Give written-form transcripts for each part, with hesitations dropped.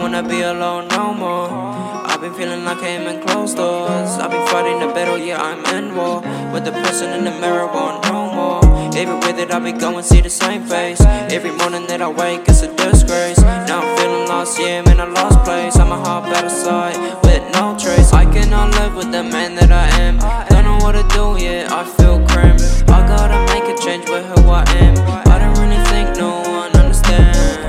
wanna be alone no more. I've been feeling like I'm in closed doors. I've been fighting the battle, yeah, I'm in war. With the person in the mirror, want no more. Everywhere that I be going, see the same face. Every morning that I wake, it's a disgrace. Now I'm feeling lost, yeah, I'm in a lost place. I'm a heart better side, with no trace. I cannot live with the man that I am. Don't know what to do, yeah, I feel grim. I gotta make a change with who I am. I don't really think no one understands.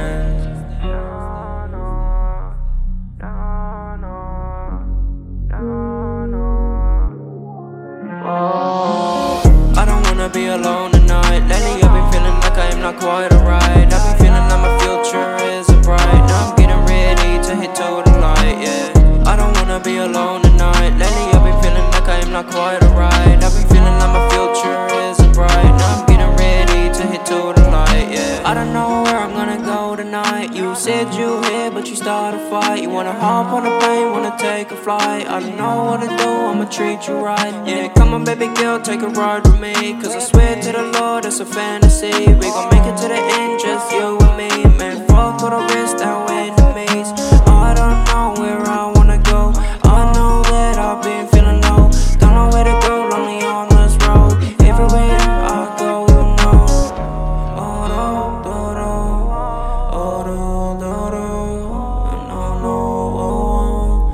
I don't wanna be alone tonight. Lately I've been feeling like I am not quite alright. I've been feeling like my future isn't bright. Now I'm getting ready to hit to the light, yeah. I don't wanna be alone tonight. Lately I've been feeling like I am not quite alright. I've been feeling like my future isn't bright. Now I'm getting ready to hit to the light, yeah. I don't know where I'm gonna go tonight. You said you here, but you started a fight. You wanna hop on a plane, wanna take a flight. I don't know what to do, I'ma treat you right. Yeah, come on baby girl, take a ride with me. Cause I swear to the Lord, it's a fantasy. We gon' make it to the end, just you and me. Man, fuck all the rest, our enemies. I don't know where I wanna go. I know that I've been feeling low. Don't know where to go, lonely on this road. Everywhere I go, you know. Oh, no, no, no. Oh, no, no, no. No, no, oh,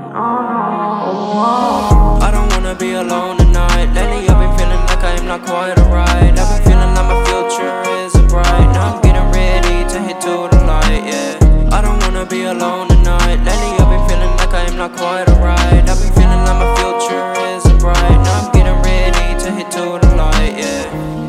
oh. I don't wanna be alone tonight. Lately I've been feeling like I am not quite alright. I've been feeling like my future isn't bright. Now I'm getting ready to hit to the light, yeah. I don't wanna be alone tonight. Lately I've been feeling like I am not quite alright. I've been feeling like my future isn't bright. Now I'm getting ready to hit to the light, yeah.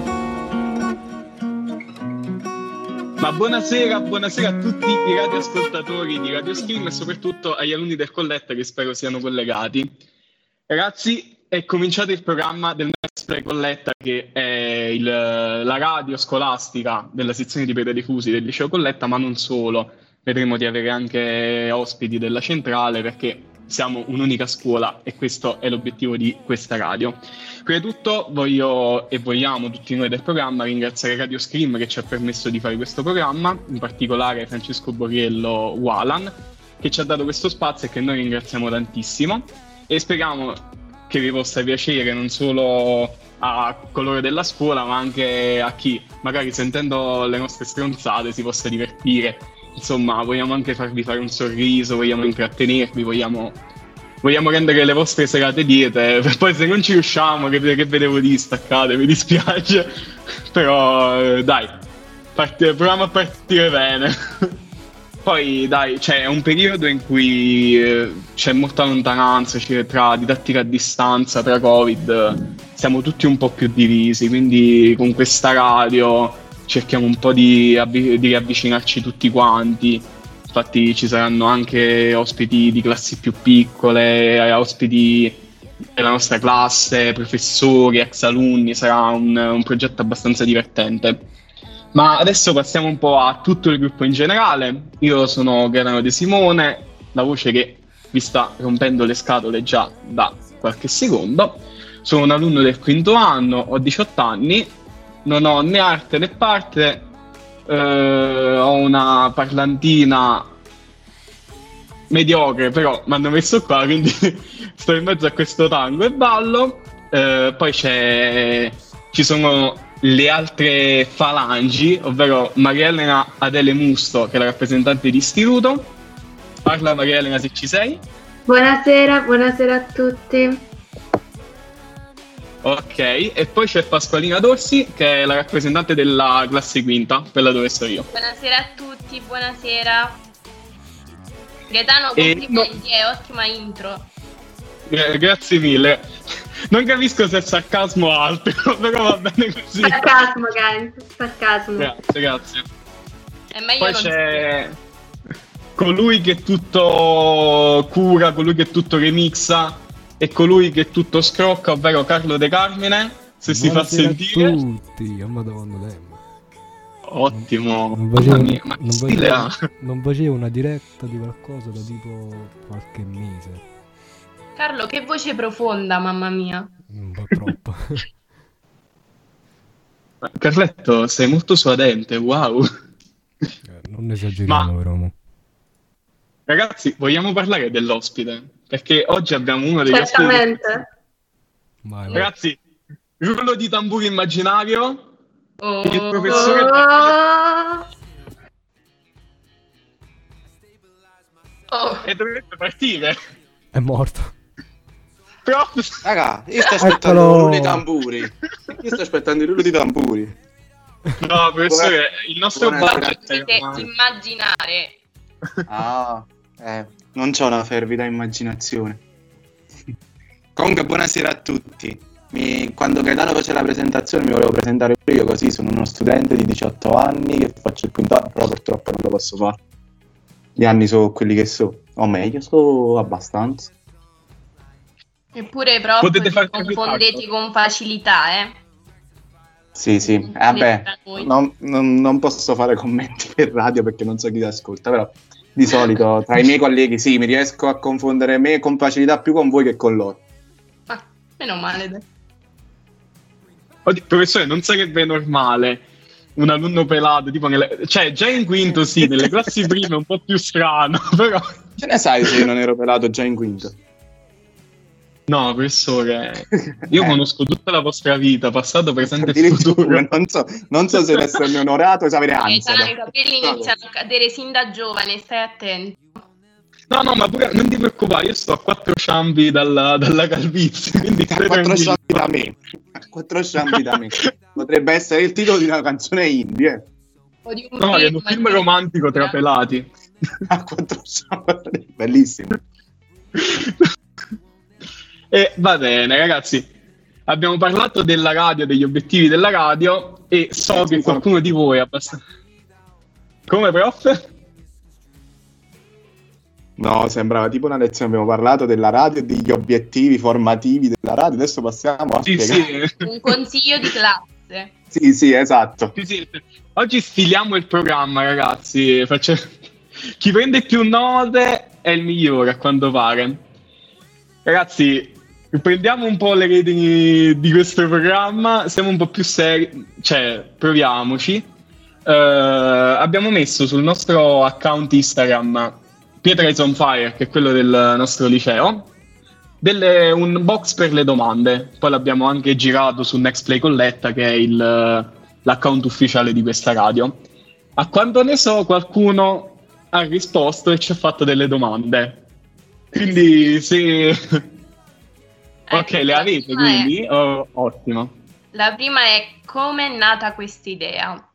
Ma buonasera a tutti i radioascoltatori di Radio Scream e soprattutto agli alunni del Colletta che spero siano collegati. Ragazzi, è cominciato il programma del Max Play Colletta, che è la radio scolastica della sezione di Pedro De Fusi del liceo Colletta, ma non solo. Vedremo di avere anche ospiti della centrale perché siamo un'unica scuola e questo è l'obiettivo di questa radio. Prima di tutto vogliamo tutti noi del programma ringraziare Radio Scream che ci ha permesso di fare questo programma, in particolare Francesco Borriello Walan che ci ha dato questo spazio e che noi ringraziamo tantissimo e speriamo che vi possa piacere non solo a coloro della scuola ma anche a chi magari sentendo le nostre stronzate si possa divertire. Insomma, vogliamo anche farvi fare un sorriso, vogliamo intrattenervi, vogliamo rendere le vostre serate liete. Poi se non ci riusciamo, che vedevo di staccate, mi dispiace. Però dai, proviamo a partire bene. Poi dai, è un periodo in cui c'è molta lontananza tra didattica a distanza, tra Covid, siamo tutti un po' più divisi, quindi con questa radio cerchiamo un po' di riavvicinarci tutti quanti. Infatti ci saranno anche ospiti di classi più piccole, ospiti della nostra classe, professori, ex alunni, sarà un progetto abbastanza divertente. Ma adesso passiamo un po' a tutto il gruppo in generale. Io sono Gaetano De Simone, la voce che vi sta rompendo le scatole già da qualche secondo. Sono un alunno del quinto anno, ho 18 anni, non ho né arte né parte, ho una parlantina mediocre, però mi hanno messo qua, quindi sto in mezzo a questo tango e ballo. Poi ci sono le altre falangi, ovvero Maria Elena Adele Musto, che è la rappresentante di istituto. Parla Maria Elena, se ci sei. Buonasera a tutti. Ok, e poi c'è Pasqualina Dorsi, che è la rappresentante della classe quinta, quella dove sto io. Buonasera a tutti, buonasera. Gaetano, complimenti, ottima intro. Grazie mille. Non capisco se è sarcasmo o altro, però va bene così. Sarcasmo, sarcasmo. Grazie. È meglio poi non c'è colui che tutto cura, colui che tutto remixa e colui che tutto scrocca, ovvero Carlo De Carmine, se si fa sentire. A tutti, a Madonna Lemma. Ottimo. Non facevo una diretta di qualcosa da tipo qualche mese. Carlo, che voce profonda, mamma mia. Un po' troppo. Carletto, sei molto suadente, wow. Non esageriamo, però. Ragazzi, vogliamo parlare dell'ospite? Perché oggi abbiamo uno degli ospiti. Certamente. Vai. Ragazzi, rullo di tamburo immaginario. Oh. Il professore. Oh. E dovrebbe partire. È morto. Prof. Raga, io sto aspettando Eccolo. il rullo di tamburi. Io sto aspettando il rullo di tamburi. No, professore, il nostro Buonasera. budget è Potete ormai. immaginare. Ah, non c'ho una fervida immaginazione. Comunque, buonasera a tutti. Quando Gaetano fece la presentazione mi volevo presentare io, così sono uno studente di 18 anni che faccio il quinto anno, però purtroppo non lo posso fare. Gli anni sono quelli che so, o meglio, so abbastanza. Eppure prof Potete vi far capire confondete tanto. con facilità, eh? Sì, vabbè, Tra noi. non posso fare commenti per radio perché non so chi ti ascolta, però di solito tra i miei colleghi sì, mi riesco a confondere me con facilità più con voi che con loro. Ah, meno male, dai. Oddio, professore, non sarebbe normale un alunno pelato, tipo cioè già in quinto sì, nelle classi prime è un po' più strano, però Ce ne sai se io non ero pelato già in quinto? no, professore, io conosco tutta la vostra vita, passato, presente e Addirittura, futuro. non so se esserne onorato o se avere ansia. I capelli iniziano a cadere sin da giovane, stai attento. No, ma pure, non ti preoccupare, io sto a 4 ciampi dalla calvizie, quindi A stai 4 tranquillo. sciampi da me. A 4 sciampi da me. Potrebbe essere il titolo di una canzone indie. O di un No, è un film romantico tra pelati. A 4 sciampi. Bellissimo. E va bene, ragazzi, abbiamo parlato della radio, degli obiettivi della radio e so che qualcuno di voi è abbastanza... Come, prof? No, sembrava tipo una lezione. Abbiamo parlato della radio e degli obiettivi formativi della radio. Adesso passiamo a Sì, spiegare. sì. Un consiglio di classe. Sì, esatto. Sì. Oggi stiliamo il programma, ragazzi. Chi prende più note è il migliore, a quanto pare. Ragazzi, prendiamo un po' le redini di questo programma, siamo un po' più seri, cioè proviamoci. Abbiamo messo sul nostro account Instagram Pietra is on Fire, che è quello del nostro liceo, un box per le domande. Poi l'abbiamo anche girato su Next Play Colletta, che è l'account ufficiale di questa radio. A quanto ne so, qualcuno ha risposto e ci ha fatto delle domande. Quindi se... Ok, le avete quindi? Oh, ottimo. La prima è: come è nata quest'idea?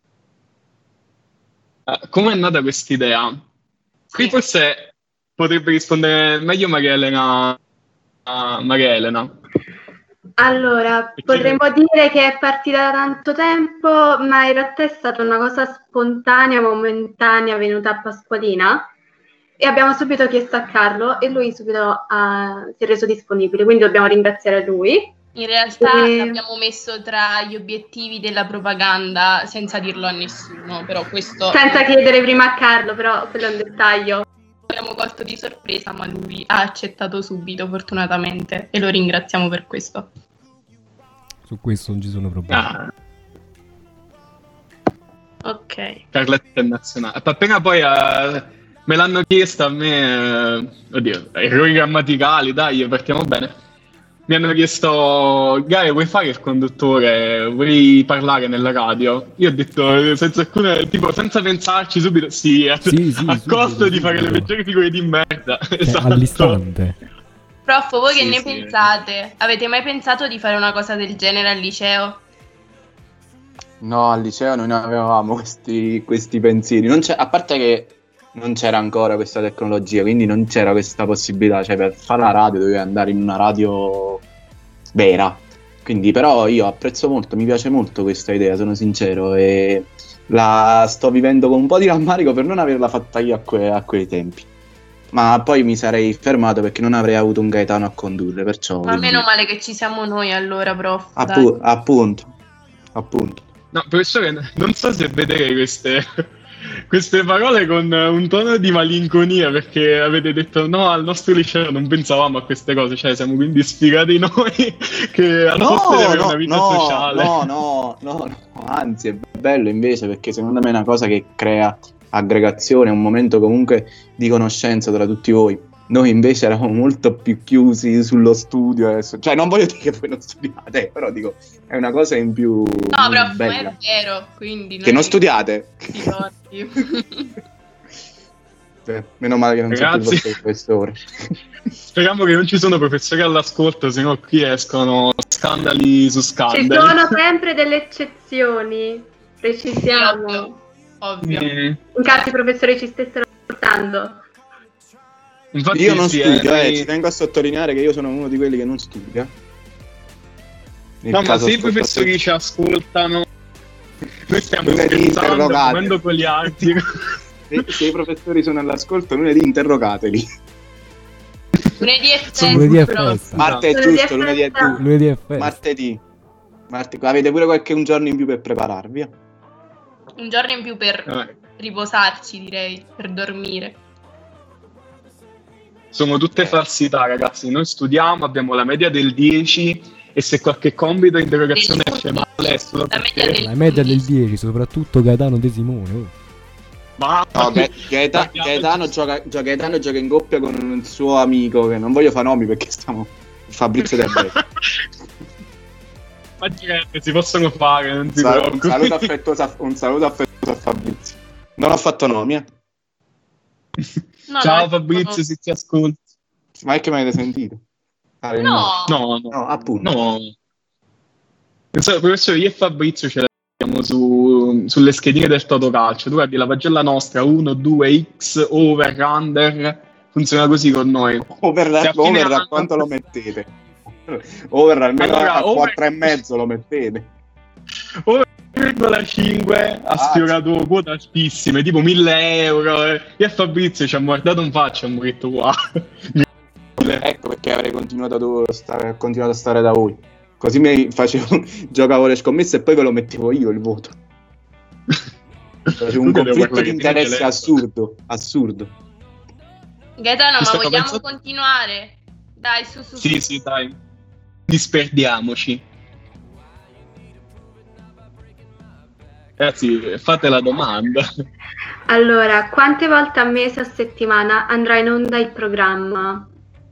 Come è nata quest'idea? Qui Sì. forse potrebbe rispondere meglio Maria Elena. Maria Elena. Allora, Perché- potremmo dire che è partita da tanto tempo, ma in realtà è stata una cosa spontanea, momentanea, venuta a Pasqualina. E abbiamo subito chiesto a Carlo e lui subito si è reso disponibile, quindi dobbiamo ringraziare lui. In realtà E- l'abbiamo messo tra gli obiettivi della propaganda senza dirlo a nessuno, però questo Senza chiedere prima a Carlo, però quello è un dettaglio. l'abbiamo colto di sorpresa, ma lui ha accettato subito, fortunatamente, e lo ringraziamo per questo. Su questo non ci sono problemi. Ah, Ok. Carletta è nazionale. Appena poi me l'hanno chiesto a me, oddio, errori grammaticali, dai, partiamo bene. Mi hanno chiesto, Gaia, vuoi fare il conduttore? Vuoi parlare nella radio? Io ho detto, senza pensarci subito, sì, a costo subito, di fare le subito. peggiori figure di merda. Esatto. All'istante. Prof, voi che Sì, ne sì. pensate? Avete mai pensato di fare una cosa del genere al liceo? No, al liceo non avevamo questi pensieri. A parte che non c'era ancora questa tecnologia, quindi non c'era questa possibilità. Cioè, per fare la radio dovevi andare in una radio vera. Quindi, però, io apprezzo molto, mi piace molto questa idea, sono sincero. E la sto vivendo con un po' di rammarico per non averla fatta io a quei tempi. Ma poi mi sarei fermato perché non avrei avuto un Gaetano a condurre. Perciò. Ma quindi- meno male che ci siamo noi allora, prof. dai. Appunto. No, professore, non so se vedere queste parole con un tono di malinconia, perché avete detto no, al nostro liceo non pensavamo a queste cose, cioè siamo quindi sfigati noi che al posto di avere una vita sociale. No, anzi è bello invece perché secondo me è una cosa che crea aggregazione, un momento comunque di conoscenza tra tutti voi. Noi invece eravamo molto più chiusi sullo studio adesso. Cioè, non voglio dire che voi non studiate, però dico, è una cosa in più No, prof, ma bella. è vero, quindi... Che non studiate? Meno male che non sono più il vostro professore. Speriamo che non ci sono professori all'ascolto, sennò qui escono scandali su scandali. Ci sono sempre delle eccezioni, precisiamo. Ovvio. In caso i professori ci stessero ascoltando. Infatti, Io non sì, studio, ci tengo a sottolineare che io sono uno di quelli che non studia. No, ma se i professori ci ascoltano, noi stiamo Lunedì scherzando, interrogate. comendo con gli altri. Se i professori sono all'ascolto, lunedì interrogateli. Lunedì è Lunedì è festa, festa. Martedì è Lunedì è giusto, lunedì è festa. giusto. Lunedì è festa. Martedì. Avete pure un giorno in più per prepararvi. un giorno in più per riposarci, direi, per dormire. Sono tutte falsità, ragazzi. Noi studiamo, abbiamo la media del 10 e se qualche compito di interrogazione esce male è solo perché... La media del 10, soprattutto Gaetano De Simone. Ma... No, Gaetano gioca in coppia con un suo amico, che non voglio fare nomi perché stiamo... Fabrizio Del Becco. Ma niente, si possono fare, non si Un preoccupi. saluto affettuoso a Fabrizio. Non ho fatto nomi, No, Ciao no, Fabrizio, se ti ascolti. Ma è che mi avete sentito? No. No, appunto. no. Pensavo, professore, io e Fabrizio ce l'abbiamo sulle schedine del Totocalcio. Tu guardi la pagella nostra, 1, 2, X, over, under, funziona così con noi. Over a quanto lo mettete? Over almeno Allora, a 4,5 lo mettete. Over 1,5 ha sfiorato quote altissime, tipo 1.000 euro. Io e Fabrizio ci ha guardato un faccio e abbiamo detto wow. Ecco perché avrei continuato a stare da voi. Così mi giocavo le scommesse e poi ve lo mettevo io il voto. Facevo un conflitto di interessi assurdo. Gaetano, ma vogliamo continuare? Dai, su. Sì, dai. Disperdiamoci. Ragazzi, fate la domanda. Allora, quante volte a mese o a settimana andrà in onda il programma?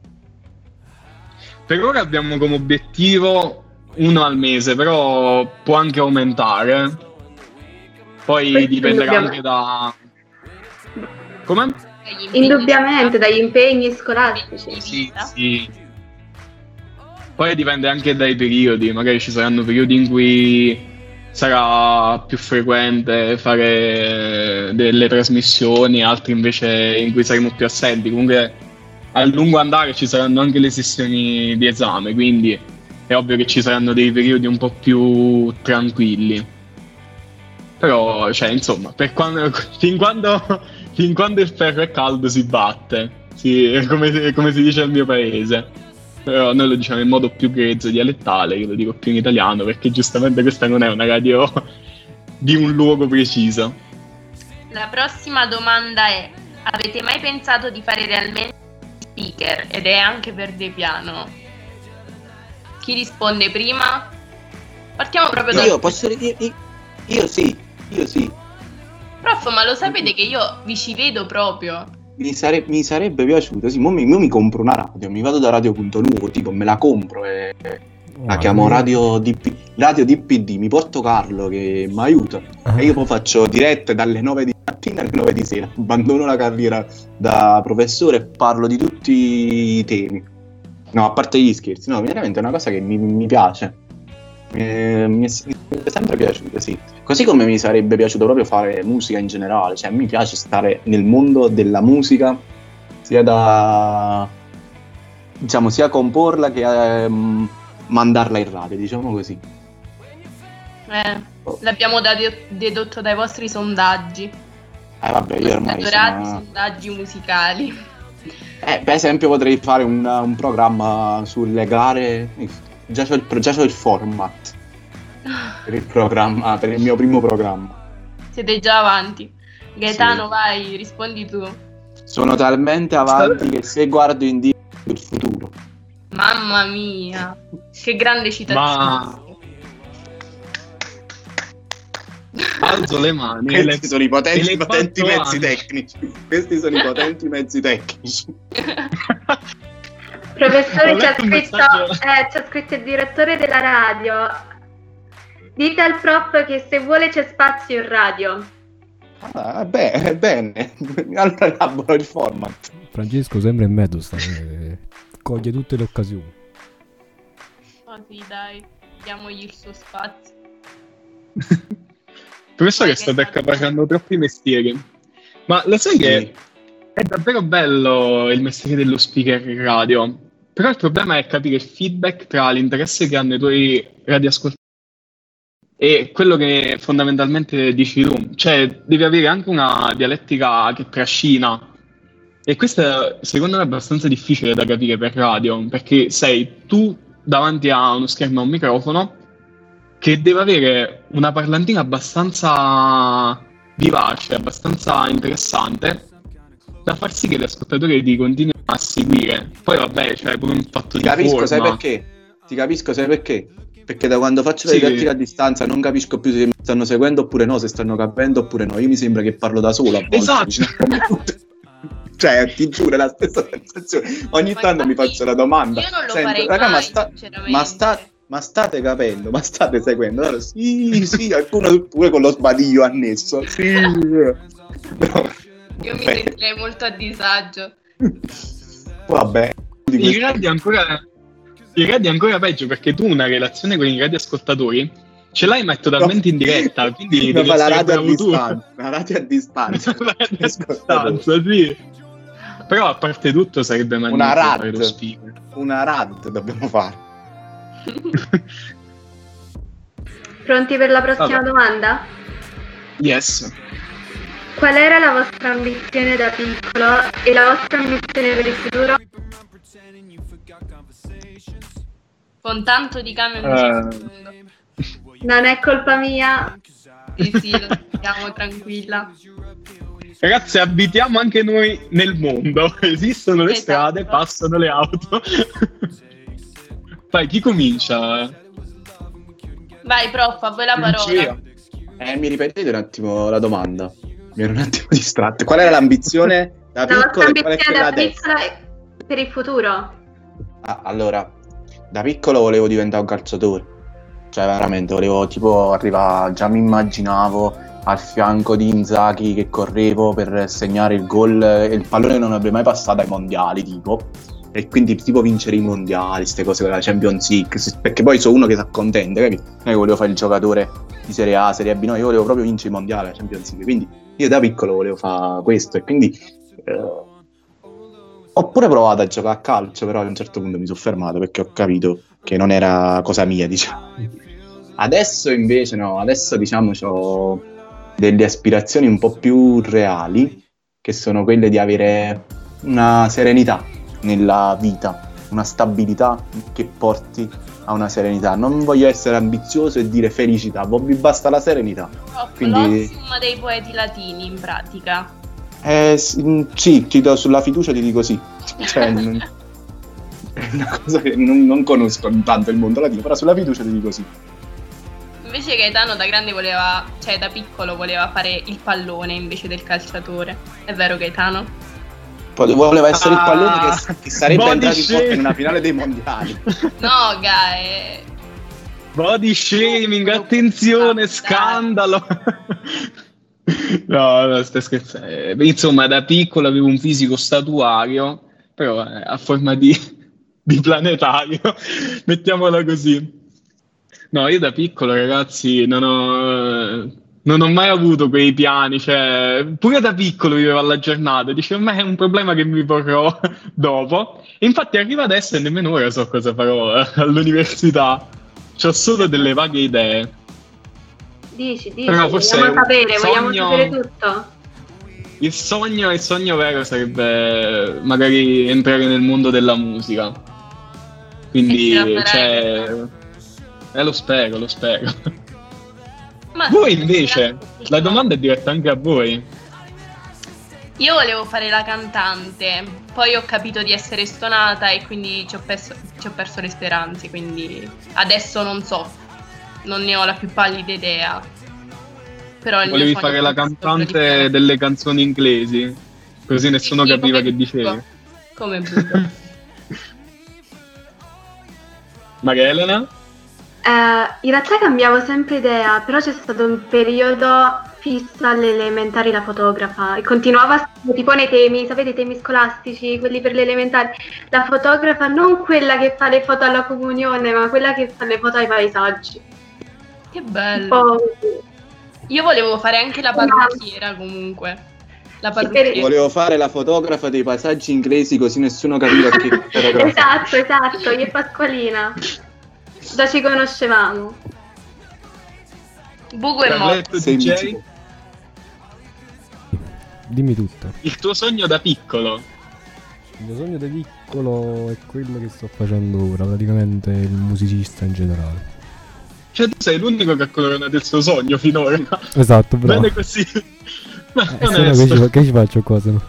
Per ora abbiamo come obiettivo 1 al mese, però può anche aumentare. Poi dipenderà anche da... Come? Indubbiamente, dagli impegni scolastici. Sì. Poi dipende anche dai periodi. Magari ci saranno periodi in cui sarà più frequente fare delle trasmissioni, altri invece in cui saremo più assenti. Comunque a lungo andare ci saranno anche le sessioni di esame, quindi è ovvio che ci saranno dei periodi un po' più tranquilli. Però, cioè, insomma, fin quando il ferro è caldo si batte, sì, come si dice al mio paese. Però noi lo diciamo in modo più grezzo, dialettale, io lo dico più in italiano, perché giustamente questa non è una radio di un luogo preciso. La prossima domanda è: avete mai pensato di fare realmente speaker? Ed è anche per De Piano. Chi risponde prima? Partiamo proprio da... Io sì. Prof, ma lo sapete che io vi ci vedo proprio? Mi sarebbe piaciuto, sì, mo mi compro una radio, mi vado da radio.nu, tipo me la compro e la chiamo radio DPD, mi porto Carlo che mi aiuta e io poi faccio dirette dalle 9 di mattina alle 9 di sera, abbandono la carriera da professore e parlo di tutti i temi. No, a parte gli scherzi, no, veramente è una cosa che mi piace. Mi è sempre piaciuto, sì. Così come mi sarebbe piaciuto proprio fare musica in generale, cioè mi piace stare nel mondo della musica, sia comporla che mandarla in radio, diciamo così. L'abbiamo dedotto dai vostri sondaggi. Vabbè, io ormai sondaggi musicali. Per esempio potrei fare un programma sulle gare. Già c'ho il format per il mio primo programma. Siete già avanti. Gaetano, Sì. vai, rispondi tu. Sono talmente avanti che se guardo indietro il futuro. Mamma mia, che grande citazione. alzo le mani. Questi sono i potenti mezzi avanti. tecnici. Questi sono i potenti mezzi tecnici. Professore, Ho letto un c'ha scritto il direttore della radio. Dite al prof che se vuole c'è spazio in radio. Ah, beh, bene. Allora elaboro il format. Francesco sembra in mezzo, coglie tutte le occasioni. Oh sì, dai, diamogli il suo spazio. Professore, state accaparrando troppi mestieri. Ma lo sai che è davvero bello il mestiere dello speaker radio, però il problema è capire il feedback tra l'interesse che hanno i tuoi radioascoltatori e quello che fondamentalmente dici tu. Cioè, devi avere anche una dialettica che trascina. E questo secondo me è abbastanza difficile da capire per radio, perché sei tu davanti a uno schermo e a un microfono che deve avere una parlantina abbastanza vivace, abbastanza interessante, da far sì che gli ascoltatori ti continuino a seguire. Poi vabbè, c'è pure un fatto di forma. Ti capisco, sai perché? Perché da quando faccio le didattiche a distanza non capisco più se mi stanno seguendo oppure no, se stanno capendo oppure no. Io mi sembra che parlo da solo a volte. Esatto. Cioè, ti giuro, è la stessa sensazione. Ogni tanto mi faccio la domanda. Io non lo Sento, farei raga, mai, ma state capendo? Ma state seguendo? Allora, sì, alcuno pure con lo sbadiglio annesso. Sì. No. Io mi sentirei molto a disagio. Vabbè. Il radio è ancora peggio, perché tu una relazione con i radioascoltatori ce l'hai ma è totalmente in diretta, quindi devi la essere radio a bravo tu. distanza. La radio a distanza. La radio a distanza, sì. Però a parte tutto sarebbe magnifico fare lo speaker. Una rad dobbiamo fare. Pronti per la prossima domanda? Yes. Qual era la vostra ambizione da piccolo e la vostra ambizione per il futuro? Con tanto di camion Non è colpa mia. Sì, lo sappiamo, tranquilla. Ragazzi, abitiamo anche noi nel mondo. Esistono le strade, passano le auto. Vai, chi comincia? Vai, prof, a voi la parola. Mi ripetete un attimo la domanda? Mi ero un attimo distratto. Qual era l'ambizione da piccolo e qual è quella adesso? Per il futuro? Allora, da piccolo volevo diventare un calciatore. Cioè, veramente, volevo tipo arrivare, già mi immaginavo al fianco di Inzaghi che correvo per segnare il gol e il pallone non avrebbe mai passato ai mondiali, tipo. E quindi tipo vincere i mondiali, queste cose con la Champions League, perché poi sono uno che si accontenta, capito? Non è che volevo fare il giocatore di Serie A, Serie B, no, io volevo proprio vincere i mondiali, la Champions League, quindi io da piccolo volevo fare questo e quindi ho pure provato a giocare a calcio, però a un certo punto mi sono fermato perché ho capito che non era cosa mia, diciamo. Adesso invece no, adesso diciamo ho delle aspirazioni un po' più reali, che sono quelle di avere una serenità nella vita, una stabilità che porti a una serenità. Non voglio essere ambizioso e dire felicità, mi basta la serenità. Quindi l'ossima dei poeti latini in pratica. Sì, ti do sulla fiducia, ti dico sì. Cioè, è una cosa che non conosco tanto il mondo latino, però sulla fiducia ti dico sì. Invece Gaetano da grande da piccolo voleva fare il pallone invece del calciatore. È vero, Gaetano? Voleva essere il pallone che sarebbe entrato in una finale dei mondiali. No, Gae. Body shaming, attenzione, scandalo. No, stai scherzando. Insomma, da piccolo avevo un fisico statuario, però a forma di planetario, mettiamola così. No, io da piccolo, ragazzi, non ho mai avuto quei piani, cioè, pure da piccolo vivevo alla giornata, dicevo, ma è un problema che mi porrò dopo. E infatti arrivo adesso e nemmeno ora so cosa farò all'università, c'ho solo delle vaghe idee. Dici, però forse vogliamo sapere tutto. Il sogno vero sarebbe magari entrare nel mondo della musica. Quindi, lo spero. Ma voi invece, la domanda è diretta anche a voi. Io volevo fare la cantante, poi ho capito di essere stonata e quindi ci ho perso le speranze, quindi adesso non so, non ne ho la più pallida idea. Però il Volevi mio sogno fare la è quello di cantante fare- delle canzoni inglesi, così nessuno Sì, capiva come che dicevi. Bugo. Come Bugo. Maria Elena? In realtà cambiavo sempre idea, però c'è stato un periodo fisso alle elementari la fotografa e continuavo a studiare tipo nei temi, sapete i temi scolastici, quelli per le elementari, la fotografa non quella che fa le foto alla comunione, ma quella che fa le foto ai paesaggi. Che Un bello. po' Io volevo fare anche la parrucchiera comunque. La Sì, parrucchiera. Volevo fare la fotografa dei paesaggi inglesi così nessuno capiva che fotografare. esatto, io e Pasqualina. Già ci conoscevamo. Bugo è morto. Carletto Sei DJ? mitico. Dimmi tutto. Il tuo sogno da piccolo? Il mio sogno da piccolo è quello che sto facendo ora, praticamente il musicista in generale. Cioè tu sei l'unico che ha coronato il suo sogno finora. Esatto, bravo. Bene così. Ma Se no onesto. che ci faccio qua se no?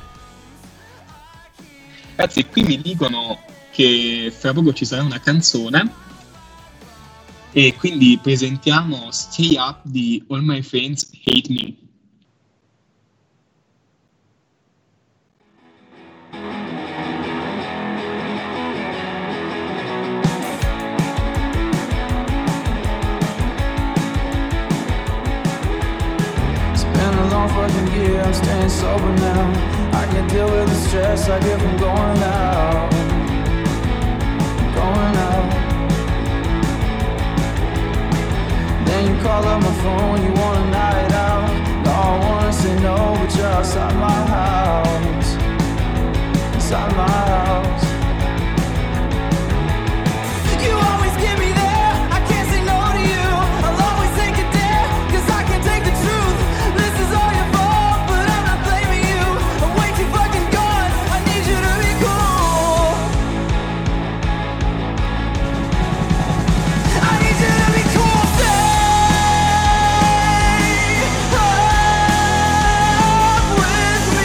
Ragazzi, qui mi dicono che fra poco ci sarà una canzone e quindi presentiamo Stay Up di All My Friends Hate Me. It's been a long fucking year, I'm staying sober now. I can't deal with the stress I get from going out. Going out. Then you call up my phone, you want a night out. No, I wanna say no, but you're outside my house. Inside my house. You always give me there, I can't say no to you. I'll always take a dare, 'cause I can't take the truth. This is all your fault, but I'm not blaming you. I'm way too fucking gone, I need you to be cool. I need you to be cool. Stay up with me.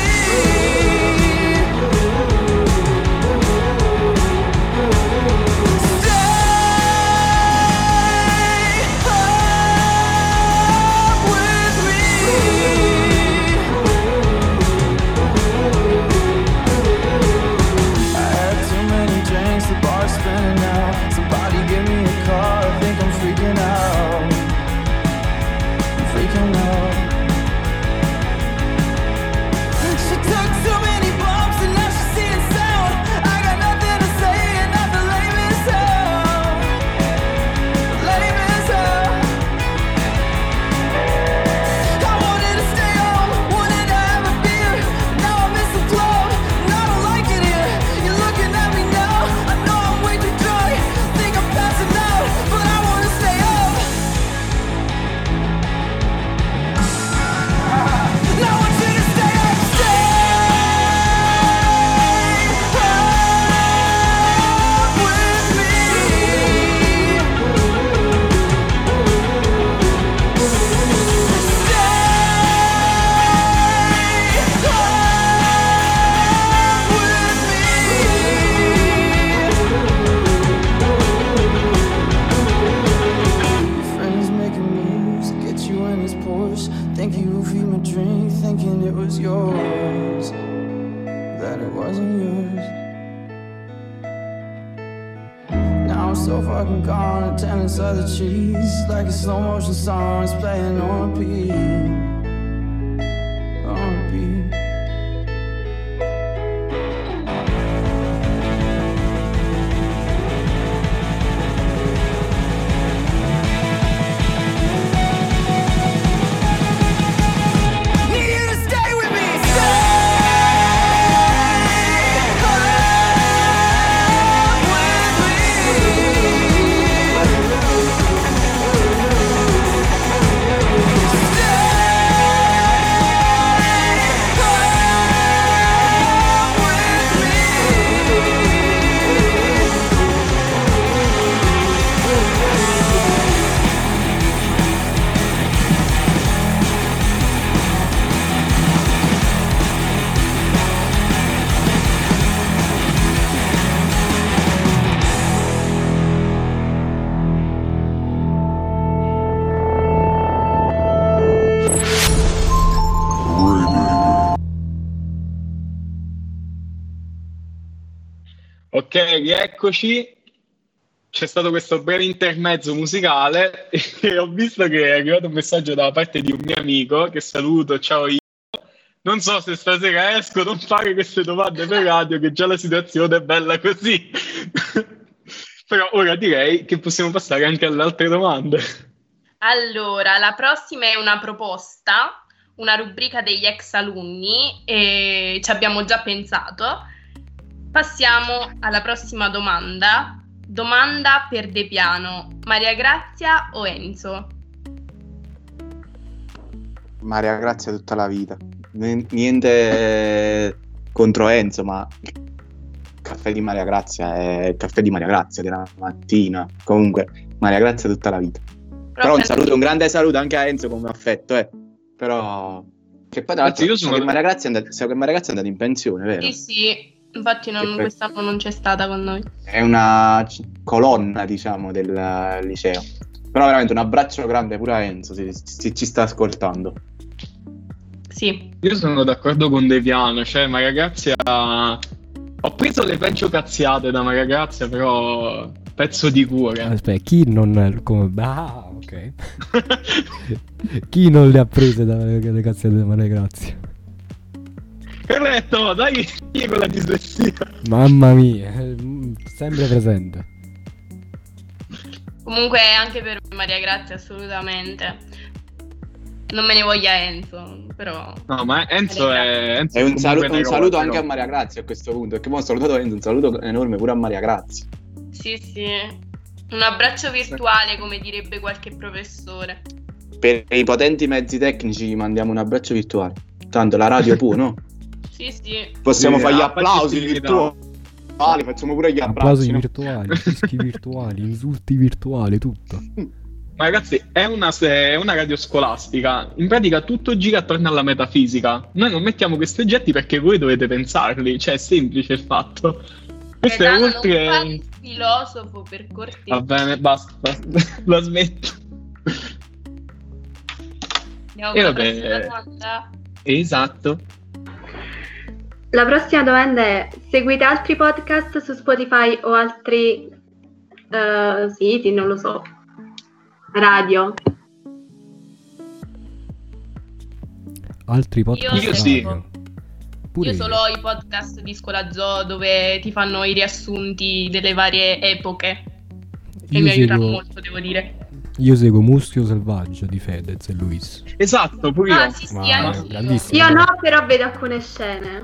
So fucking gone, attendance of the cheese. Like a slow motion song, it's playing on repeat. On repeat. Need you to stay with me. Stay Ok, rieccoci. C'è stato questo breve intermezzo musicale e ho visto che è arrivato un messaggio da parte di un mio amico che saluto, ciao io. Non so se stasera esco a non fare queste domande per radio, che già la situazione è bella così. Però ora direi che possiamo passare anche alle altre domande. Allora, la prossima è una proposta, una rubrica degli ex alunni e ci abbiamo già pensato. Passiamo alla prossima domanda. Domanda per De Piano. Maria Grazia o Enzo? Maria Grazia tutta la vita. Niente contro Enzo, ma il caffè di Maria Grazia è il caffè di Maria Grazia della mattina. Comunque, Maria Grazia tutta la vita. Però un grande saluto anche a Enzo come affetto, Però che poi tra l'altro so che Maria Grazia è andata in pensione, vero? Sì. Infatti quest'anno non c'è stata con noi. È una colonna, diciamo, del liceo. Però veramente un abbraccio grande pure a Enzo, se ci sta ascoltando. Sì. Io sono d'accordo con De Piano, cioè Maria Grazia... Ho preso le peggio cazziate da Maria Grazia, però pezzo di cuore. Aspetta, chi non... come... Ah, ok. Chi non le ha prese dalle cazziate da Maria Grazia? Corretto, dai, io con la dislessia. Mamma mia, sempre presente. Comunque anche per Maria Grazia assolutamente. Non me ne voglia Enzo, però... No, ma Enzo è un saluto anche a Maria Grazia a questo punto, perché poi ho salutato Enzo, un saluto enorme pure a Maria Grazia. Sì, un abbraccio virtuale, come direbbe qualche professore. Per i potenti mezzi tecnici mandiamo un abbraccio virtuale. Tanto la radio può, no? Sì. Possiamo fare gli applausi virtuali, facciamo pure gli applausi virtuali, fischi virtuali, insulti virtuali, tutto. Ma ragazzi, è una radio scolastica. In pratica tutto gira attorno alla metafisica. Noi non mettiamo questi oggetti perché voi dovete pensarli. Cioè, è semplice il fatto. Questo è oltre... Non fare il filosofo, per cortesia. Va bene, basta. La smetto. Andiamo con la prossima domanda. Esatto. La prossima domanda è: seguite altri podcast su Spotify o altri siti, non lo so, radio? Altri podcast? Io sì. Io solo i podcast di Scuola Zoo dove ti fanno i riassunti delle varie epoche e mi aiutano molto, devo dire. Io seguo Muschio Selvaggio di Fedez e Luis. Esatto, pure io. Sì, anch'io. Io no, però vedo alcune scene.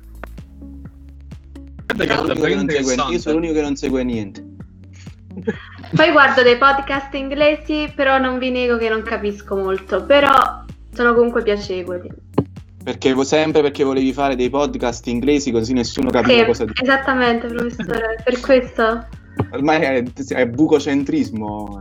Io sono l'unico che non segue niente. Poi guardo dei podcast inglesi, però non vi nego che non capisco molto, però sono comunque piacevoli. Perché volevi fare dei podcast inglesi così nessuno capiva cosa dici. Esattamente, professore, per questo. Ormai è bucocentrismo.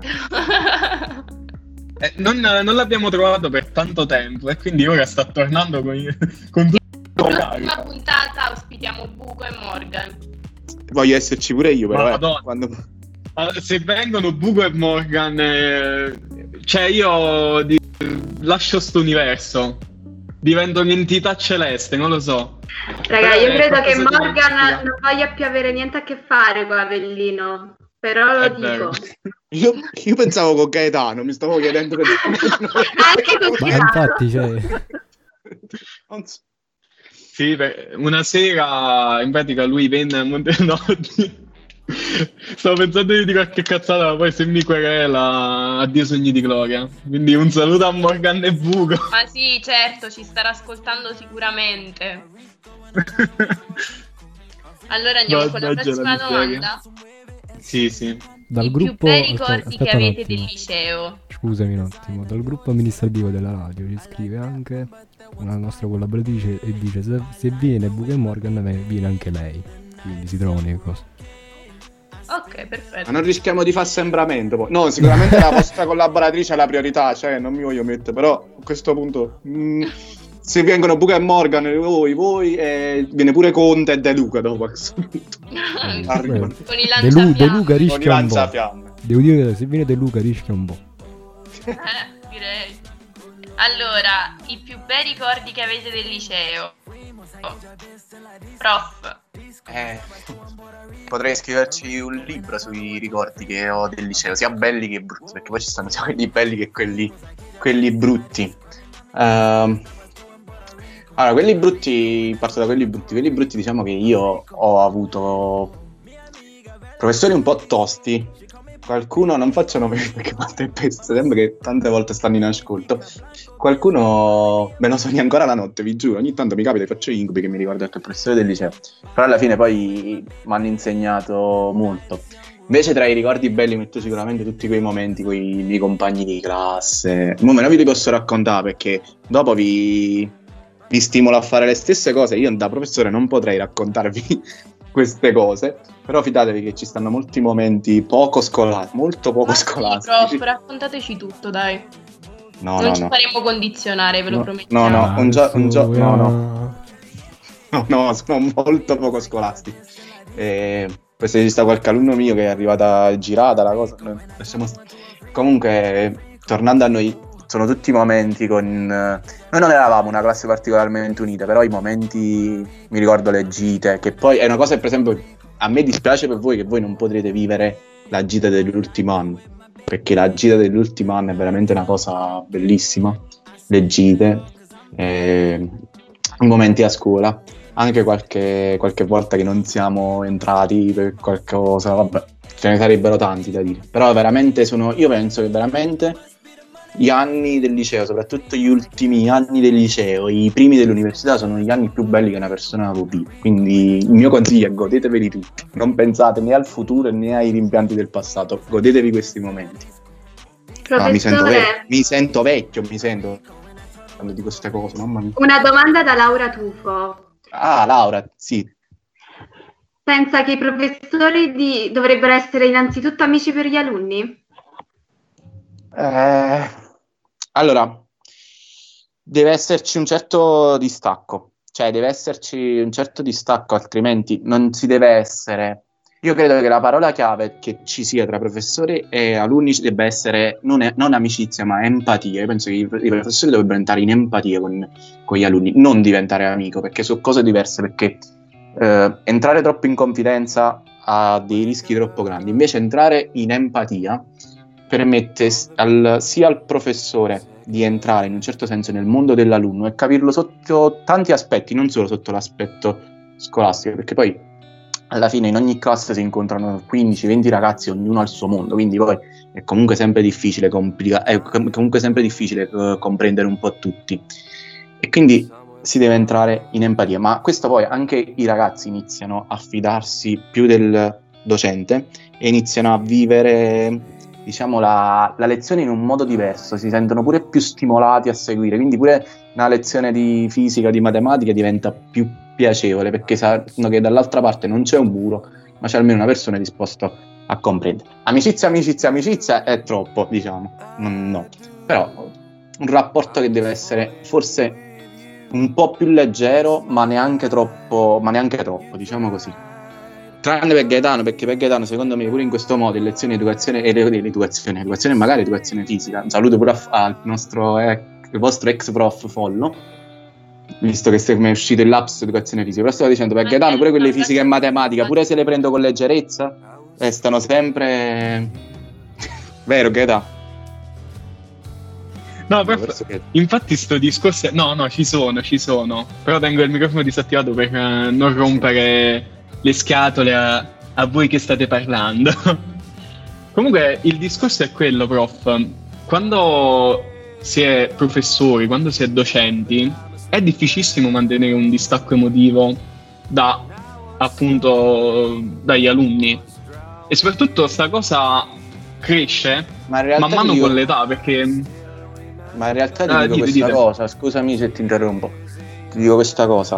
Non l'abbiamo trovato per tanto tempo e quindi ora sta tornando con tutto. La prossima puntata ospitiamo Buco e Morgan. Voglio esserci pure io, però. Se vengono Buco e Morgan, cioè io lascio sto universo. Divento un'entità celeste, non lo so. Raga, io credo che Morgan non voglia più avere niente a che fare con Avellino, però lo dico. Io pensavo con Gaetano, mi stavo chiedendo anche con Ma infatti, cioè... Sì, una sera in pratica lui venne a Montenoti. Stavo pensando di dire qualche cazzata, ma poi se mi querela, addio sogni di gloria. Quindi un saluto a Morgan e Buco. Ma sì, certo, ci starà ascoltando sicuramente. Allora andiamo con la prossima domanda. Sì. Dal I gruppo... più bei ricordi che avete un del attimo. liceo. Scusami un attimo, dal gruppo amministrativo della radio ci scrive anche una nostra collaboratrice e dice: se viene Buco e Morgan viene anche lei. Quindi si trovano le cose. Ok, perfetto. Ma non rischiamo di fare assembramento poi. No, sicuramente la vostra collaboratrice è la priorità, cioè non mi voglio mettere, però a questo punto se vengono Buco e Morgan voi viene pure Conte e De Luca dopo. Con i lanciafiamme. De Luca rischia un po'. Lanciafiamme. Devo dire che se viene De Luca rischia un po'. Direi. Allora, i più bei ricordi che avete del liceo. Prof. Potrei scriverci un libro sui ricordi che ho del liceo, sia belli che brutti, perché poi ci stanno sia quelli belli che quelli brutti. Allora, quelli brutti, parto da quelli brutti diciamo che io ho avuto professori un po' tosti. Qualcuno, non faccio nomi perché sembra che tante volte stanno in ascolto. Qualcuno me lo sogna ancora la notte, vi giuro. Ogni tanto mi capita e faccio incubi che mi ricordo anche il professore del liceo. Però alla fine poi mi hanno insegnato molto. Invece tra i ricordi belli metto sicuramente tutti quei momenti con i miei compagni di classe. Mo me non vi posso raccontare perché dopo vi stimolo a fare le stesse cose. Io da professore non potrei raccontarvi queste cose, però fidatevi che ci stanno molti momenti molto poco scolastici. Prof, raccontateci tutto, dai. No, non ci faremo condizionare, ve lo promettiamo. No, sono molto poco scolastici. Poi se ci sta qualche alunno mio che è arrivata girata la cosa, comunque tornando a noi, sono tutti momenti con... Noi non eravamo una classe particolarmente unita, però i momenti, mi ricordo le gite, che poi è una cosa che per esempio a me dispiace per voi che voi non potrete vivere la gita dell'ultimo anno, perché la gita dell'ultimo anno è veramente una cosa bellissima, le gite, i momenti a scuola, anche qualche volta che non siamo entrati per qualcosa, vabbè, ce ne sarebbero tanti da dire, però veramente io penso che veramente gli anni del liceo, soprattutto gli ultimi anni del liceo, i primi dell'università sono gli anni più belli che una persona può vivere. Quindi il mio consiglio è godeteveli tutti, non pensate né al futuro né ai rimpianti del passato, godetevi questi momenti. Professore, mi sento vecchio quando dico queste cose, mamma mia. Una domanda da Laura Tufo. Laura, sì. Pensa che i professori dovrebbero essere innanzitutto amici per gli alunni? Allora, deve esserci un certo distacco, altrimenti non si deve essere. Io credo che la parola chiave che ci sia tra professori e alunni debba essere non amicizia, ma empatia. Io penso che i professori dovrebbero entrare in empatia con gli alunni, non diventare amico, perché sono cose diverse, perché entrare troppo in confidenza ha dei rischi troppo grandi. Invece entrare in empatia permette sia al professore di entrare in un certo senso nel mondo dell'alunno e capirlo sotto tanti aspetti, non solo sotto l'aspetto scolastico, perché poi alla fine in ogni classe si incontrano 15-20 ragazzi, ognuno ha il suo mondo, quindi poi è comunque sempre difficile comprendere un po' tutti, e quindi si deve entrare in empatia. Ma questo poi anche i ragazzi iniziano a fidarsi più del docente e iniziano a vivere, diciamo, la lezione in un modo diverso, si sentono pure più stimolati a seguire, quindi pure una lezione di fisica, di matematica diventa più piacevole, perché sanno che dall'altra parte non c'è un muro, ma c'è almeno una persona disposta a comprendere. Amicizia è troppo, diciamo, no. Però un rapporto che deve essere forse un po' più leggero, ma neanche troppo, diciamo così. Tranne per Gaetano, perché per Gaetano secondo me pure in questo modo in lezione di educazione e magari educazione fisica, un saluto pure al vostro ex prof Follo, visto che mi è uscito il lapsus educazione fisica, però stavo dicendo per Gaetano pure quelle fisica e matematica, pure se le prendo con leggerezza, restano sempre vero Gaetano? No, infatti sto discorso no, ci sono, però tengo il microfono disattivato per non rompere le scatole a voi che state parlando. Comunque il discorso è quello, prof, quando si è professori, quando si è docenti, è difficilissimo mantenere un distacco emotivo dagli alunni, e soprattutto sta cosa cresce man mano con l'età, perché ma in realtà ti dico questa cosa, scusami se ti interrompo, ti dico questa cosa,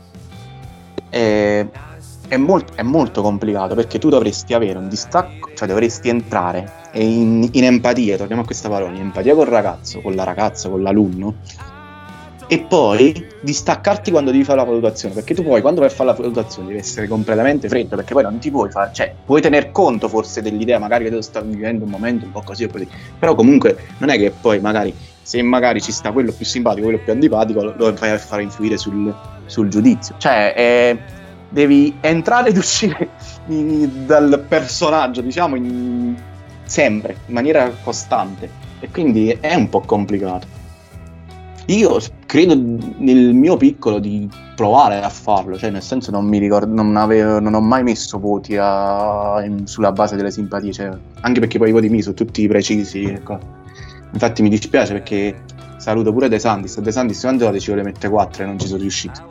è molto complicato, perché tu dovresti avere un distacco, cioè dovresti entrare in empatia, torniamo a questa parola, in empatia col ragazzo, con la ragazza, con l'alunno, e poi distaccarti quando devi fare la valutazione, perché tu poi quando vai a fare la valutazione devi essere completamente freddo, perché poi non ti puoi fare, cioè puoi tener conto forse dell'idea magari che tu stai vivendo un momento un po' così o così, però comunque non è che poi magari se magari ci sta quello più simpatico, quello più antipatico, lo vai a fare influire sul giudizio. Cioè, devi entrare ed uscire dal personaggio, diciamo, sempre, in maniera costante. E quindi è un po' complicato. Io credo nel mio piccolo di provare a farlo, cioè nel senso non mi ricordo, non ho mai messo voti sulla base delle simpatie, cioè, anche perché poi i voti miei sono tutti precisi, ecco. Infatti mi dispiace perché saluto pure De Santis quante volte ci vuole mettere 4 e non ci sono riuscito.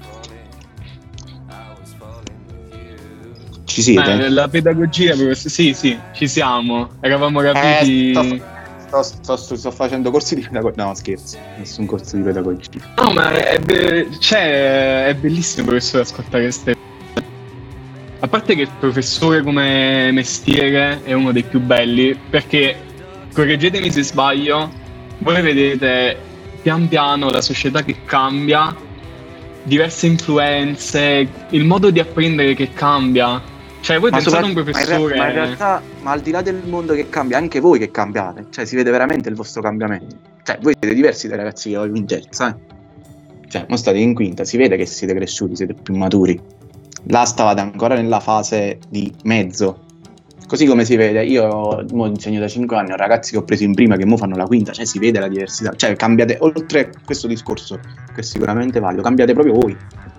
Ci siete? La pedagogia, sì, ci siamo, eravamo capiti. Sto facendo corsi di pedagogia. No, scherzo, nessun corso di pedagogia. No, ma è bellissimo, professore, ascoltare queste. A parte che il professore come mestiere è uno dei più belli, perché, correggetemi se sbaglio, voi vedete pian piano la società che cambia, diverse influenze, il modo di apprendere che cambia. Cioè, voi pensate a un professore. Ma in realtà, al di là del mondo che cambia, anche voi che cambiate. Cioè, si vede veramente il vostro cambiamento. Cioè, voi siete diversi dai ragazzi che ho in terza, Cioè, non state in quinta, si vede che siete cresciuti, siete più maturi. Là stavate ancora nella fase di mezzo. Così come si vede, io insegno da 5 anni, ho ragazzi che ho preso in prima che mo fanno la quinta, cioè si vede la diversità. Cioè, cambiate, oltre a questo discorso, che è sicuramente valido, cambiate proprio voi.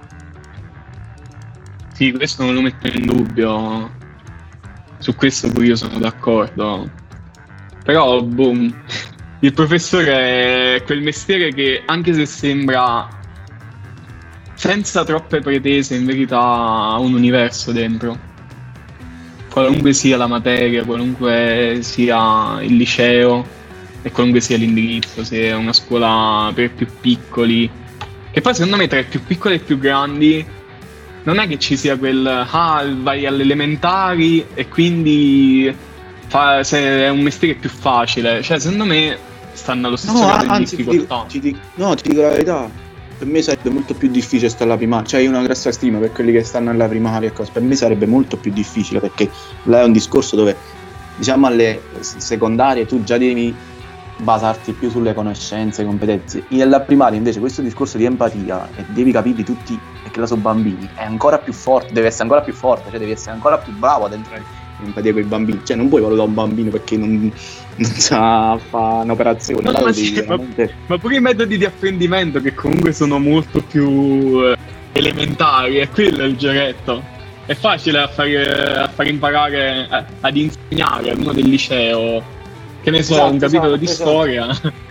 Sì, questo non lo metto in dubbio, su questo pure io sono d'accordo. Però, boom, il professore è quel mestiere che, anche se sembra senza troppe pretese, in verità ha un universo dentro. Qualunque sia la materia, qualunque sia il liceo e qualunque sia l'indirizzo, se è una scuola per più piccoli, che poi secondo me tra i più piccoli e i più grandi non è che ci sia quel vai alle elementari e quindi se è un mestiere più facile. Cioè, secondo me stanno allo stesso grado di difficoltà. Ti dico la verità, per me sarebbe molto più difficile stare alla primaria. Cioè, io ho una grossa stima per quelli che stanno alla primaria e cose. Per me sarebbe molto più difficile, perché là è un discorso dove, diciamo, alle secondarie tu già devi basarti più sulle conoscenze, competenze. Alla primaria invece questo discorso di empatia, e devi capirli tutti perché là sono bambini, è ancora più forte, deve essere ancora più forte, cioè devi essere ancora più bravo ad entrare in empatia con i bambini. Cioè non puoi valutare un bambino perché non sa fare un'operazione. No, ma pure i metodi di apprendimento, che comunque sono molto più elementari, è quello il giretto. È facile a fare imparare, ad insegnare ad uno del liceo, che ne so, un capitolo di storia.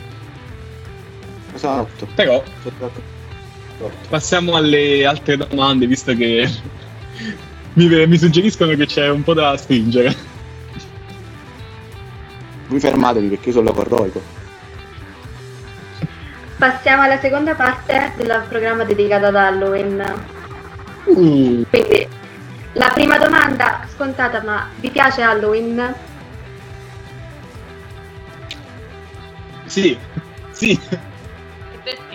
Esatto. Però passiamo alle altre domande, visto che mi suggeriscono che c'è un po' da stringere. Voi fermatevi perché io sono locorroico. Passiamo alla seconda parte del programma dedicato ad Halloween. Quindi, la prima domanda scontata, ma vi piace Halloween? Sì. E perché?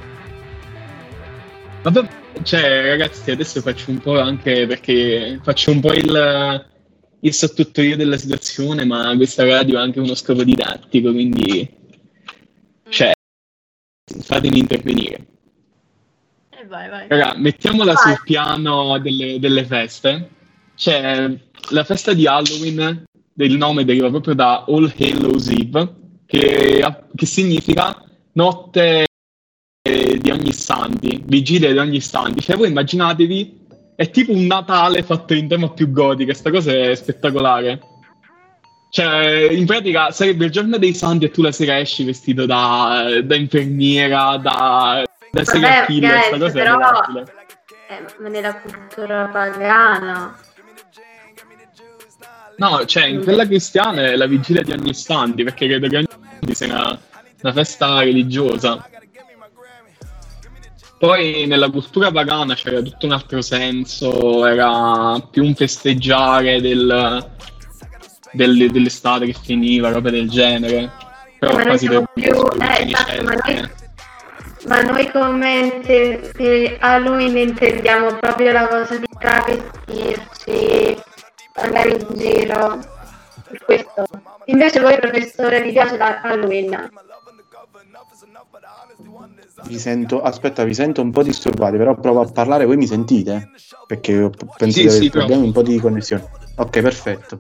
Vabbè, cioè, ragazzi, adesso faccio un po' anche perché faccio un po' il sottotitolo della situazione, ma questa radio ha anche uno scopo didattico, quindi cioè, fatemi intervenire. Vai. Raga, mettiamola sul piano delle feste. C'è la festa di Halloween, del nome deriva proprio da All Hallows Eve, che significa notte di ogni santi, vigilia di ogni santi. Cioè, voi immaginatevi, è tipo un Natale fatto in tema più gotica. Sta cosa è spettacolare. Cioè, in pratica sarebbe il giorno dei santi e tu la sera esci vestito da infermiera, da serial killer. Sta cosa però, è adorabile. Ma nella cultura pagana. No, cioè, in quella cristiana è la vigilia di ogni santi, perché credo che ogni santi sia una festa religiosa. Poi nella cultura pagana c'era tutto un altro senso, era più un festeggiare dell'estate che finiva, roba del genere. Però Ma noi quasi siamo più... esatto, ma noi come per Halloween intendiamo proprio la cosa di travestirci, andare in giro, per questo. Invece voi, professore, vi piace Halloween? vi sento un po' disturbati, però provo a parlare, voi mi sentite? Perché penso Sì, di avere sì, problemi un po' di connessione. Ok, perfetto.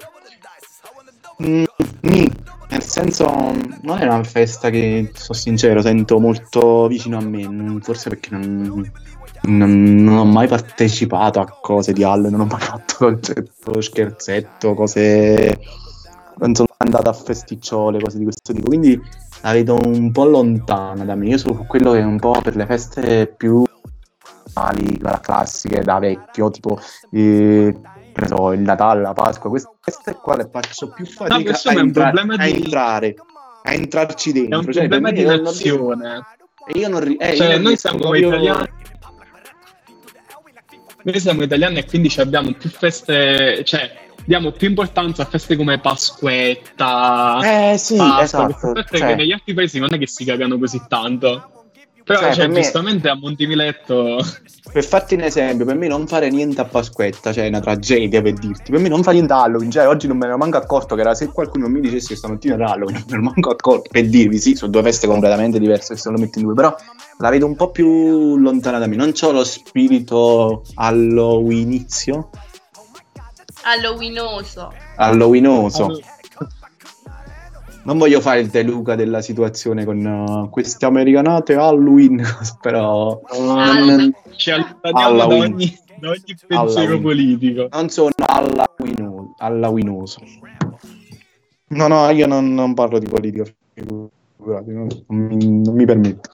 Nel senso, non è una festa che, sono sincero, sento molto vicino a me, forse perché non ho mai partecipato a cose di Halle, non ho mai fatto concetto, scherzetto, cose, non sono andato a festicciole, cose di questo tipo, quindi la vedo un po' lontana da me. Io sono quello che un po' per le feste più classiche da vecchio, tipo che ne so, il Natale, la Pasqua, queste qua le faccio più No, fatica questo a, è un problema a entrare, a entrarci è un dentro. Cioè, per problema me di non nazione. io non, ri- io Cioè, non riesco proprio. noi siamo italiani e quindi ci abbiamo più feste, cioè diamo più importanza a feste come Pasquetta, Sì, Pasqua, esatto. queste feste Cioè, che negli altri paesi non è che si cagano così tanto. Però, per me, giustamente a Montimiletto... per farti un esempio, per me non fare niente a Pasquetta, cioè è una tragedia per dirti. Per me non fare niente a Halloween, cioè oggi non me ne ero manco accorto che era, se qualcuno mi dicesse che stamattina era Halloween, non me ne ero manco accorto, per dirvi, sì, sono due feste completamente diverse, se lo metti in due, però la vedo un po' più lontana da me, non c'ho lo spirito halloweenizio, Halloweenoso. halloweenoso. Non voglio fare il De Luca della situazione con queste americanate Halloween, però ci allontaniamo da Halloween. ogni pensiero Halloween. politico. Non sono halloweenoso. No, io non parlo di politica, figurati, non mi permetto.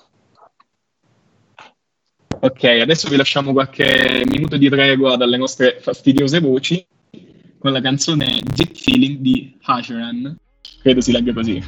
Ok, adesso vi lasciamo qualche minuto di tregua dalle nostre fastidiose voci con la canzone Deep Feeling di Hasheran. Credo si legga così.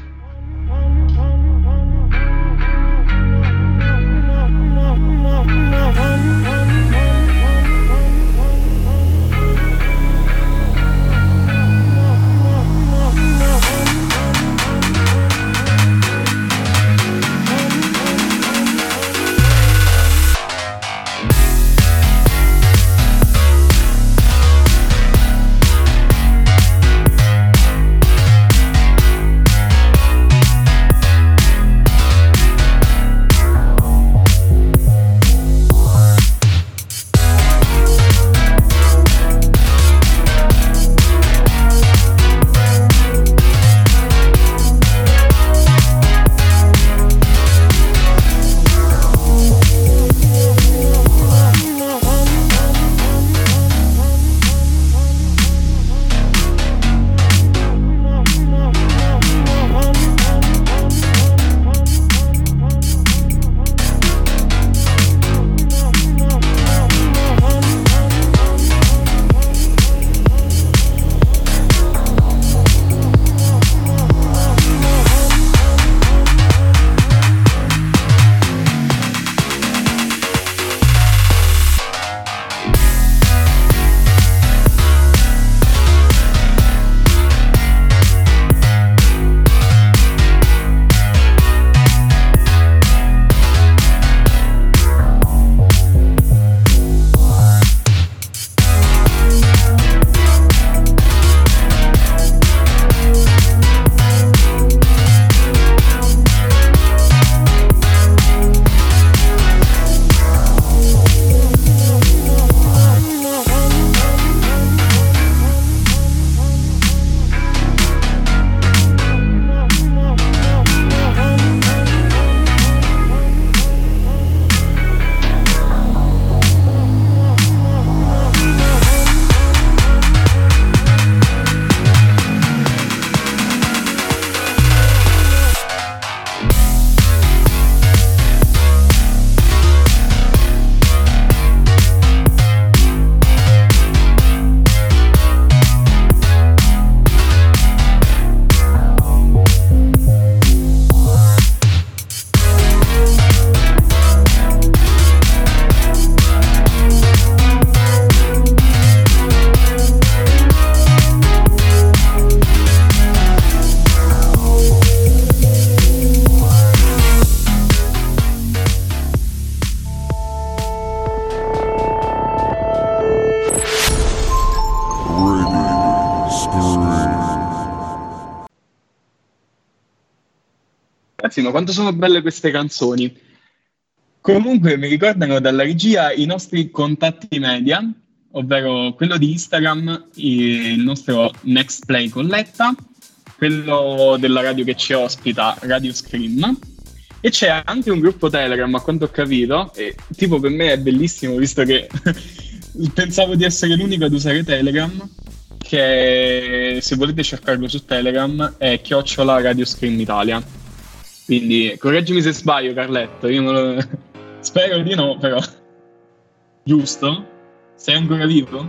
Ragazzi, ma quanto sono belle queste canzoni. Comunque mi ricordano dalla regia i nostri contatti media, ovvero quello di Instagram, il nostro Next Play Colletta, quello della radio che ci ospita, Radio Scream, e c'è anche un gruppo Telegram, a quanto ho capito, e tipo per me è bellissimo, visto che pensavo di essere l'unico ad usare Telegram, che se volete cercarlo su Telegram è @Radio Scream Italia. Quindi correggimi se sbaglio, Carletto, spero di no, però. Giusto? Sei ancora vivo?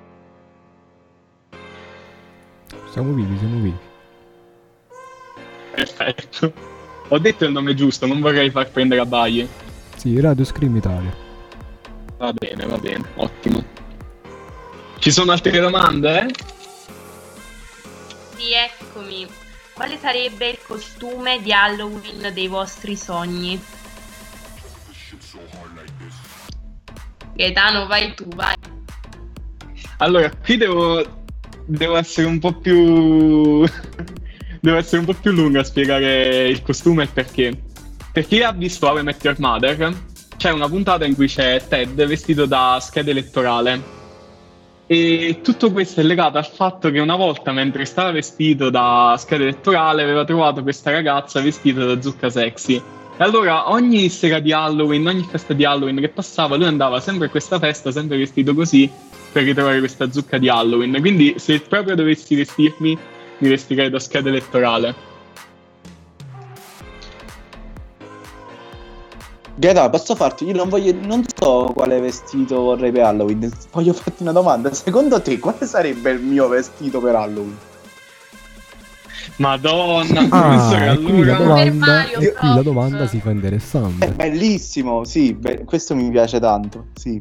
Siamo vivi. Perfetto. Ho detto il nome giusto, non vorrei far prendere a baie. Sì, Radio Scream Italia. Va bene, ottimo. Ci sono altre domande? Sì, eccomi. Quale sarebbe il costume di Halloween dei vostri sogni? Gaetano, vai tu, vai. Allora, qui devo essere un po' più devo essere un po' più lungo a spiegare il costume e il perché. Per chi ha visto How I Met Your Mother, c'è una puntata in cui c'è Ted vestito da scheda elettorale. E tutto questo è legato al fatto che una volta, mentre stava vestito da scheda elettorale, aveva trovato questa ragazza vestita da zucca sexy. E allora ogni sera di Halloween, ogni festa di Halloween che passava, lui andava sempre a questa festa, sempre vestito così, per ritrovare questa zucca di Halloween. Quindi se proprio dovessi vestirmi, mi vestirei da scheda elettorale. Gaetano, posso farti? Io non so quale vestito vorrei per Halloween. Voglio farti una domanda. Secondo te quale sarebbe il mio vestito per Halloween? Madonna, professore, qui la allora... domanda, Mario, qui la domanda si fa interessante. È bellissimo, sì, questo mi piace tanto, sì.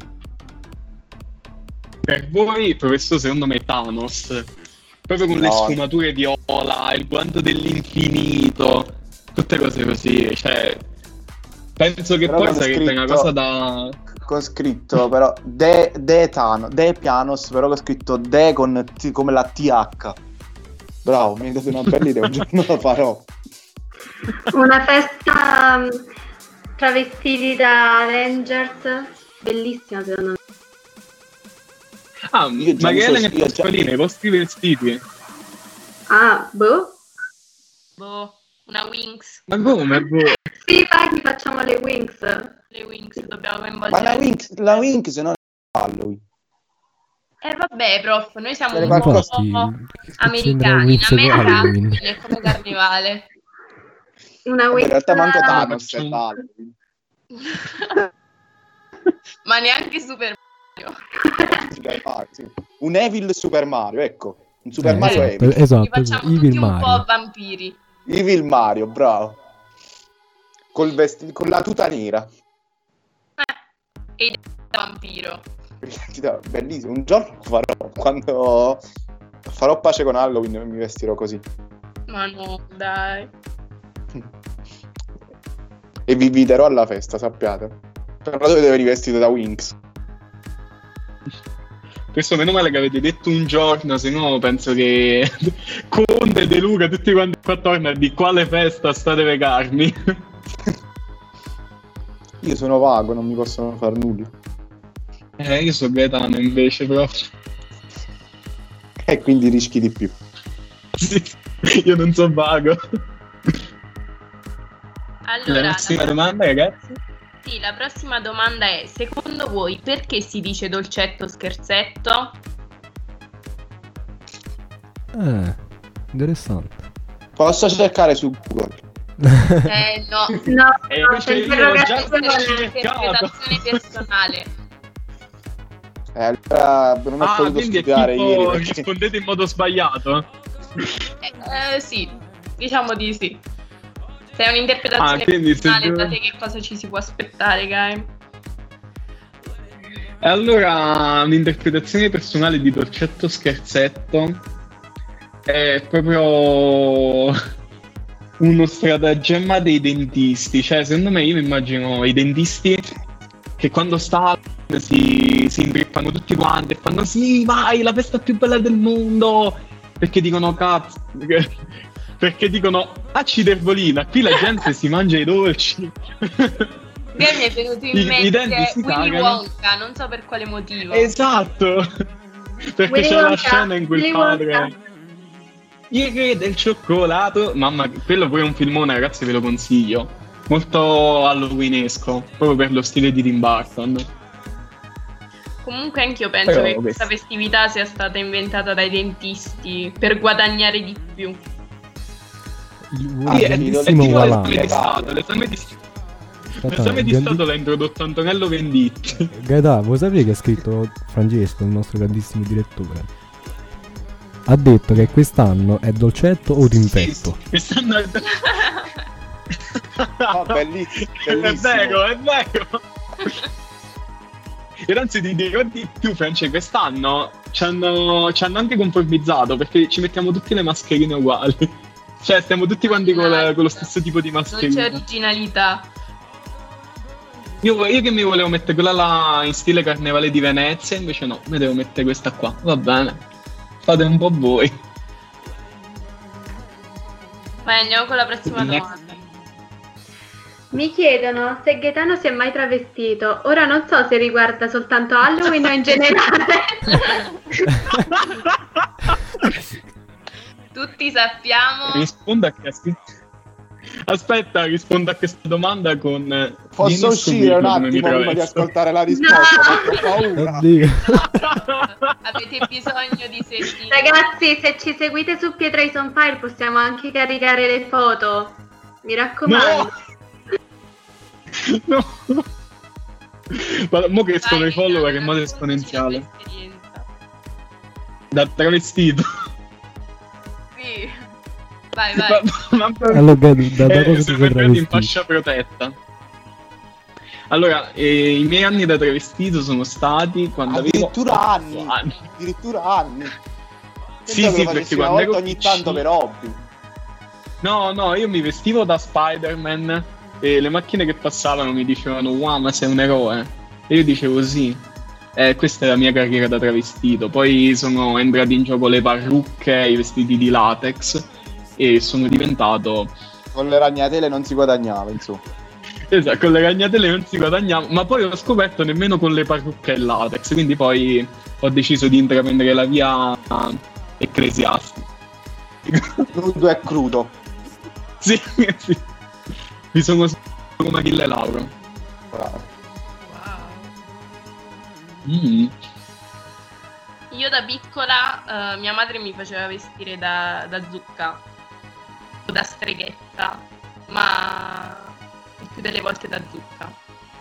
Per voi, professore, secondo me Thanos. Proprio con le No. sfumature viola, il guanto dell'infinito, tutte cose così, cioè... Penso che Però poi con sarebbe scritto- una cosa da... Con scritto però De Pianos, però con scritto De con come la TH. Bravo, mi hai dato una bella idea, un giorno lo farò. Una festa travestiti da Avengers, bellissima secondo me. Ah, Io già magari mi le so- io già- Pasqualine, i vostri vestiti. Ah, boh. Boh, una Winx. Ma come? Boh? Sì, fai, facciamo le wings. Le Winx dobbiamo Ma coinvolgere. la Wink se no è Halloween. Vabbè, prof, noi siamo Delle un po' Infatti, americani. In sembra America Halloween. è come carnevale. Una Vabbè, wings. in realtà manco Thanos è Halloween. Ma neanche Super Mario. Si deve fare, sì. Un Evil Super Mario, ecco. Un Super Mario esatto, Evil. Li esatto, facciamo Evil tutti un Mario. po' vampiri. Evil Mario, bravo. Con la tuta nera. E da vampiro. Bellissimo, un giorno lo farò. Quando farò pace con Halloween mi vestirò così. Ma no, dai. E vi inviterò alla festa, sappiate. Però dovete venire vestito da Winx. Questo meno male che avete detto un giorno, se no penso che Conte, De Luca, tutti quanti qua attorno di quale festa state vegarmi. Io sono vago, non mi possono far nulla. Io sono Gaetano invece, però. E quindi rischi di più. Sì, io non so vago. Allora, La prossima domanda, ragazzi? sì, la prossima domanda è: secondo voi perché si dice dolcetto scherzetto? Interessante. Posso cercare su Google? No, No, invece io l'ho già interrogazione. cercato. interpretazione personale. Allora non ho potuto Quindi è studiare tipo ieri. perché- rispondete in modo sbagliato? Sì, diciamo di sì. Se è un'interpretazione quindi se personale, tu- sapete che cosa ci si può aspettare, Guy? E allora, un'interpretazione personale di dolcetto scherzetto è proprio uno stratagemma dei dentisti. Cioè, secondo me, io mi immagino i dentisti che quando stanno si imbrippano tutti quanti e fanno sì, vai, la festa più bella del mondo, perché dicono cazzo, perché dicono accidervolina, qui la gente si mangia i dolci. Mi è venuto in I denti mente si Willy cagano. Wonka, non so per quale motivo. Esatto, perché Willy c'è la Wonka, scena in cui il Willy padre... Wonka. Il re del cioccolato, mamma, quello pure è un filmone, ragazzi, ve lo consiglio. Molto halloweenesco, proprio per lo stile di Tim Burton. Comunque anch'io penso Però che questo- questa festività sia stata inventata dai dentisti per guadagnare di più. Il Ah, Sì, grandissimo tipo Valano. l'esame di Stato, l'esame di Stato l'ha introdotto Antonello Venditti. Gaetà, vuoi sapere che ha scritto Francesco, il nostro grandissimo direttore? Ha detto che quest'anno è dolcetto o d'infetto. Quest'anno è... No, bellissimo, È bellissimo. vero, è vero. E anzi ti dirò di più, Francesco, quest'anno ci hanno anche conformizzato perché ci mettiamo tutte le mascherine uguali. Cioè stiamo tutti quanti con lo stesso tipo di Non c'è mascherina. originalità. Io che mi volevo mettere quella là in stile Carnevale di Venezia, invece no, mi devo mettere questa qua. Va bene, fate un po' voi. Vai, andiamo con la prossima Next. domanda. Mi chiedono se Gaetano si è mai travestito. Ora non so se riguarda soltanto Halloween o in generale. Tutti sappiamo. Rispondo a che Aspetta, rispondo a questa domanda con... Posso vieni a uscire un scoprirlo come mi attimo prima di travesto. ascoltare la risposta? Perché ho paura. Oddio. Avete bisogno di sentire. Ragazzi, se ci seguite su Pietrason Fire possiamo anche caricare le foto. Mi raccomando. No! Ma mo che escono Vai, i follower in Gaetano, modo raccontaci esponenziale. la tua esperienza. Da travestito. Sì. Vai. Allora, da cosa ti sono sei entrato in travestito? fascia protetta. Allora, i miei anni da travestito sono stati quando Addirittura avevo 8 anni. Addirittura anni. Sì, Pensavo sì, lo facessi perché una quando volta ero ogni tanto piccino- per hobby. No, io mi vestivo da Spider-Man e le macchine che passavano mi dicevano wow, ma sei un eroe. E io dicevo sì. Questa è la mia carriera da travestito. Poi sono entrati in gioco le parrucche, i vestiti di latex e sono diventato... Con le ragnatele non si guadagnava, insomma. Esatto, con le ragnatele non si guadagnava, ma poi ho scoperto nemmeno con le parrucche e il latex, quindi poi ho deciso di intraprendere la via ecclesiastica. Nudo e crudo. Sì, sì. Mi sono come Achille Lauro. Bravo. Mm. Io da piccola mia madre mi faceva vestire da zucca o da streghetta, ma più delle volte da zucca.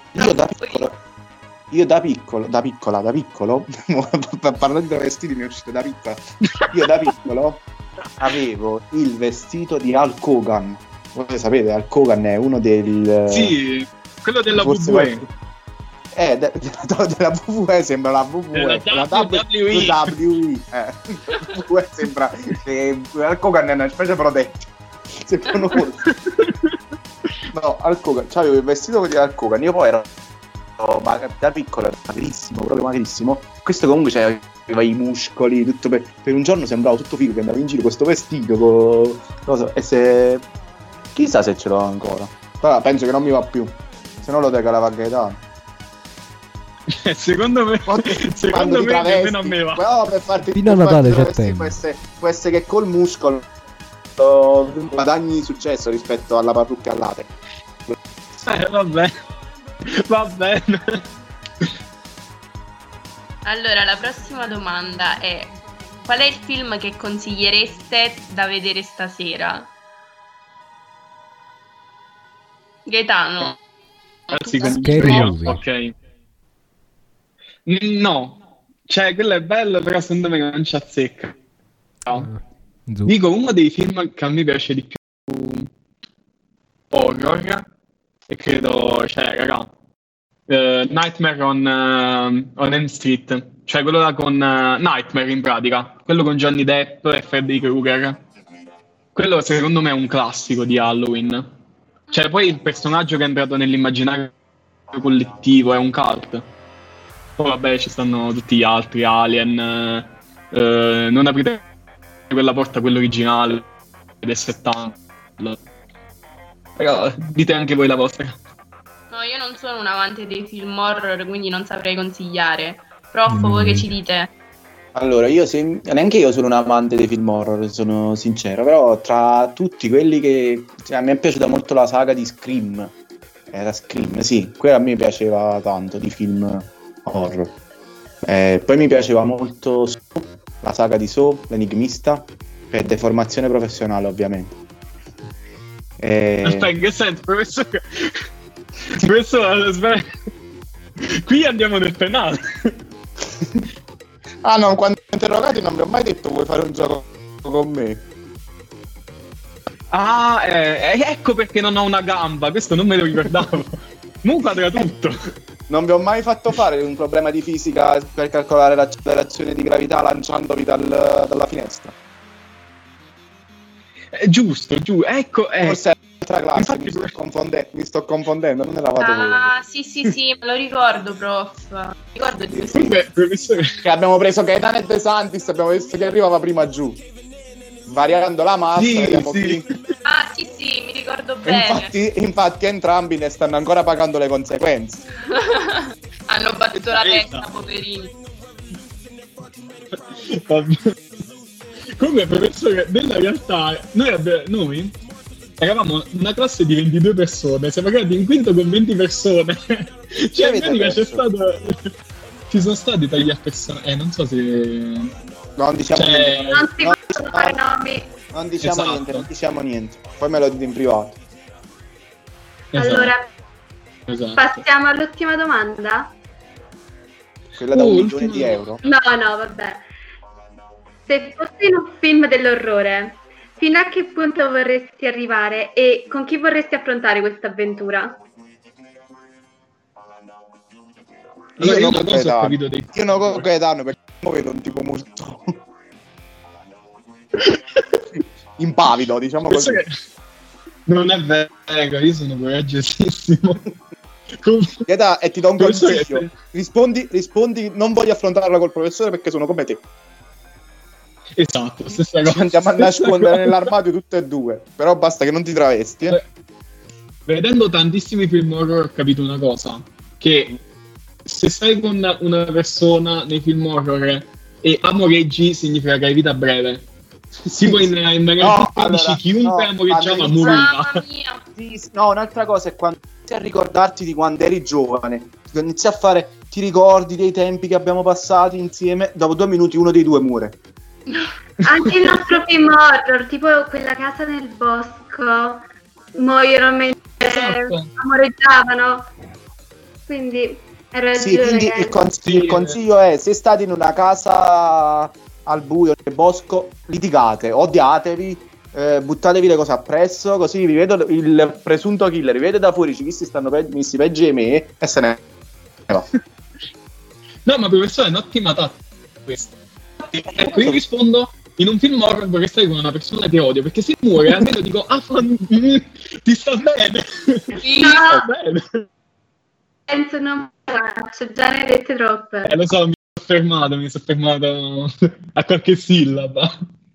Io da piccolo, parlando di travestiti mi è uscito da piccolo. Io da piccolo avevo il vestito di Hulk Hogan. Voi sapete, Hulk Hogan è uno del... Sì, quello della forse WWE. della WWE sembra la WWE. Della La WWE. WWE. WWE sembra che Hulk Hogan è una specie protetta. Se conosco. No, Hulk Hogan, c'avevo il vestito di Hulk Hogan. Io poi ero da piccolo, ero magrissimo, proprio magrissimo. Questo comunque aveva i muscoli, tutto per un giorno sembravo tutto figo che andavo in giro con questo vestito. E se... Chissà se ce l'ho ancora. Però penso che non mi va più. Se no lo regalava a Gaetano. Secondo me nemmeno a me va. Però per farti Fino a Natale c'è tempo. può essere che col muscolo guadagni di successo rispetto alla parrucca al latte. Va bene. Allora, la prossima domanda è: qual è il film che consigliereste da vedere stasera? Gaetano. Scary Movie. Ok. No, cioè quello è bello, però secondo me non ci azzecca. No. Dico uno dei film che a me piace di più horror e credo, cioè, raga, Nightmare on Elm Street, cioè quello là con Nightmare in pratica, quello con Johnny Depp e Freddy Krueger. Quello secondo me è un classico di Halloween. Cioè poi il personaggio che è entrato nell'immaginario collettivo è un cult. Poi vabbè ci stanno tutti gli altri, Alien, non aprite quella porta, quello originale del 70. Però dite anche voi la vostra. No, No, io non sono un amante dei film horror, quindi non saprei consigliare. Prof, voi che ci dite? Allora, neanche io sono un amante dei film horror, sono sincero, però tra tutti quelli che... cioè, a me è piaciuta molto la saga di Scream. Era Scream, sì, quella a me piaceva tanto, di film horror. Poi mi piaceva molto Saw, la saga di Saw, l'enigmista, per deformazione professionale ovviamente. Aspetta, in che senso, professore? Professore, qui andiamo nel penale. Ah no, quando interrogati non vi ho mai detto vuoi fare un gioco con me. Ah, ecco perché non ho una gamba, questo non me lo ricordavo. Mu quadra tutto. Non vi ho mai fatto fare un problema di fisica per calcolare l'accelerazione di gravità lanciandovi dalla finestra. Giusto, ecco, Forse è un'altra classe, Infatti, mi sto confondendo, non eravate voi. Ah, sì, me lo ricordo, prof. Mi ricordo di questo. Comunque, professore, Che abbiamo preso Gaetano e De Santis, abbiamo visto che arrivava prima giù. Variando la massa, sì, abbiamo sì. Ah, sì, mi ricordo E bene. infatti entrambi ne stanno ancora pagando le conseguenze. Hanno battuto la testa, poverini. Comunque, professore, nella realtà noi eravamo una classe di 22 persone, siamo arrivati in quinto con 20 persone. Cioè, in avete pratica perso? ci sono stati tagli a persone. Non so se... Non diciamo Cioè, niente. Non si No, possono fare nomi. Non diciamo Esatto. niente, non diciamo niente. Poi me lo dite in privato. Esatto, Allora, esatto. passiamo all'ultima domanda? Quella da 1 milione ultima. di euro. No, vabbè. Se fossi in un film dell'orrore, fino a che punto vorresti arrivare e con chi vorresti affrontare questa avventura? Allora, io non una con cosa ho Gaetano. capito dei... Io non con Gaetano perché lo vedo un tipo molto impavido, diciamo così. Professore, non è vero, io sono coraggiosissimo. Comunque- Gaetano, e ti do un Professore, consiglio. Rispondi, non voglio affrontarla col professore perché sono come te. Esatto, stessa Ci cosa. andiamo a stessa nascondere cosa. nell'armadio tutte e due. Però basta che non ti travesti, eh. Vedendo tantissimi film horror ho capito una cosa, che se stai con una persona nei film horror e amoreggi significa che hai vita breve. Tipo in Megalopoli 15 chiunque amoreggiava moriva. Mamma mia. No, un'altra cosa è quando inizi a ricordarti di quando eri giovane. Inizi a fare, ti ricordi dei tempi che abbiamo passati insieme. Dopo 2 minuti uno dei due muore. Anche il nostro film horror, tipo quella casa nel bosco, muoiono mentre Esatto. amoreggiavano. Quindi hai ragione. Sì, quindi il consiglio è: se state in una casa al buio nel bosco, litigate, odiatevi, buttatevi le cose appresso, così vi vedo il presunto killer, vi vede da fuori, ci visti stanno messi peggio di me e se ne va. No, ma professore, è un'ottima tattica questa. Ecco, io rispondo, in un film horror vorrei stare con una persona che odio, perché se muore almeno dico, ti sta bene. Ti sta bene. Penso non faccio, già ne hai dette troppe. Lo so, mi sono fermato a qualche sillaba.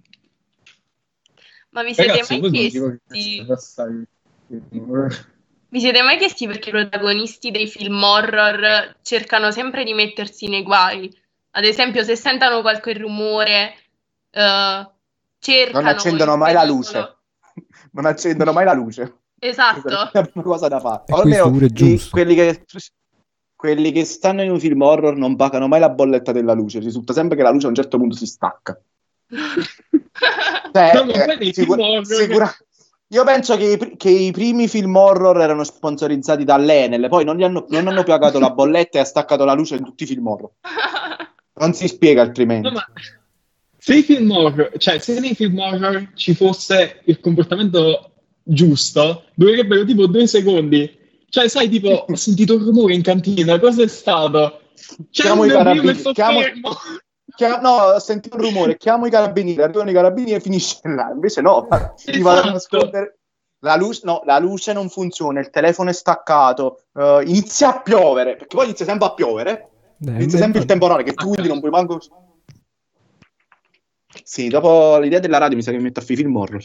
Ma vi siete Ragazzi, mai voi non chiesti? dico che passare. Vi siete mai chiesti perché i protagonisti dei film horror cercano sempre di mettersi nei guai? Ad esempio, se sentono qualche rumore, cercano... Non accendono mai la luce. Non accendono mai la luce. Esatto. Questa è la prima cosa da fare. E questo pure è giusto. Quelli che stanno in un film horror non pagano mai la bolletta della luce. Risulta sempre che la luce a un certo punto si stacca. Cioè, No, ma poi nei film horror- Io penso che i primi film horror erano sponsorizzati dall'Enel, poi non hanno pagato la bolletta e ha staccato la luce in tutti i film horror. Non si spiega altrimenti. No, ma se i film horror, cioè se nei film horror ci fosse il comportamento giusto, durerebbero tipo 2 secondi. Cioè, sai, tipo, ho sentito un rumore in cantina, cosa è stato? C'è Chiamo un i carabinieri, io soffermo. No, ho sentito un rumore, chiamo i carabinieri, arrivano i carabinieri e finisce là. Invece no, ti vado a nascondere. La luce non funziona, il telefono è staccato, inizia a piovere, perché poi inizia sempre a piovere, inizia sempre il temporale, che tu quindi non puoi manco... Sì, dopo l'idea della radio mi sa che mi metto a fare i film horror.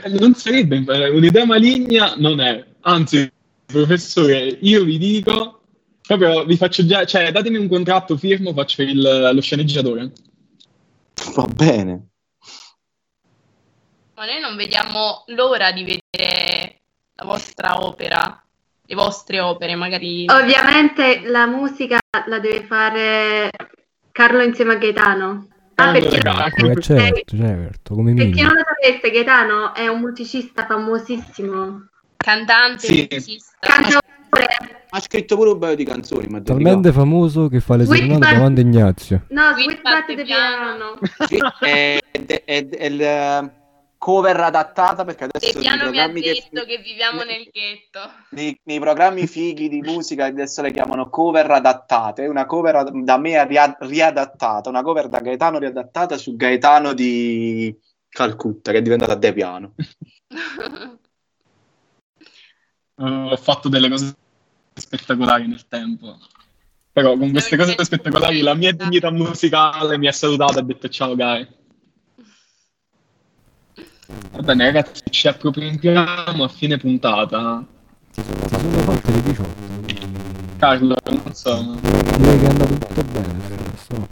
non sarebbe un'idea maligna, non è. Anzi, professore, io vi dico, proprio vi faccio già, cioè datemi un contratto, firmo, faccio lo sceneggiatore. Va bene. Ma noi non vediamo l'ora di vedere la vostra opera, le vostre opere, magari. Ovviamente la musica la deve fare Carlo insieme a Gaetano. Perché, certo, come per chi minimo. non lo sapesse, Gaetano è un musicista famosissimo. Cantante, Sì. musicista. Cantautore. Ha scritto pure un paio di canzoni, ma Talmente famoso che fa le Sweet serenate But- davanti a Ignazio. No, Sweet Sweet But But the the Piano. Sì, è il cover adattata, perché adesso E Piano nei mi ha programmi detto che viviamo nel ghetto. nei programmi fighi di musica adesso le chiamano cover adattate, una cover da me riadattata, una cover da Gaetano riadattata su Gaetano di Calcutta, che è diventata De Piano. Ho fatto delle cose spettacolari nel tempo. Però con queste cose spettacolari la mia dignità musicale mi ha salutato e ha detto ciao Gai. Va bene ragazzi, ci appropriamo a fine puntata. Si sono fatte le 18. Carlo, non so. Direi che è andato tutto bene. Adesso.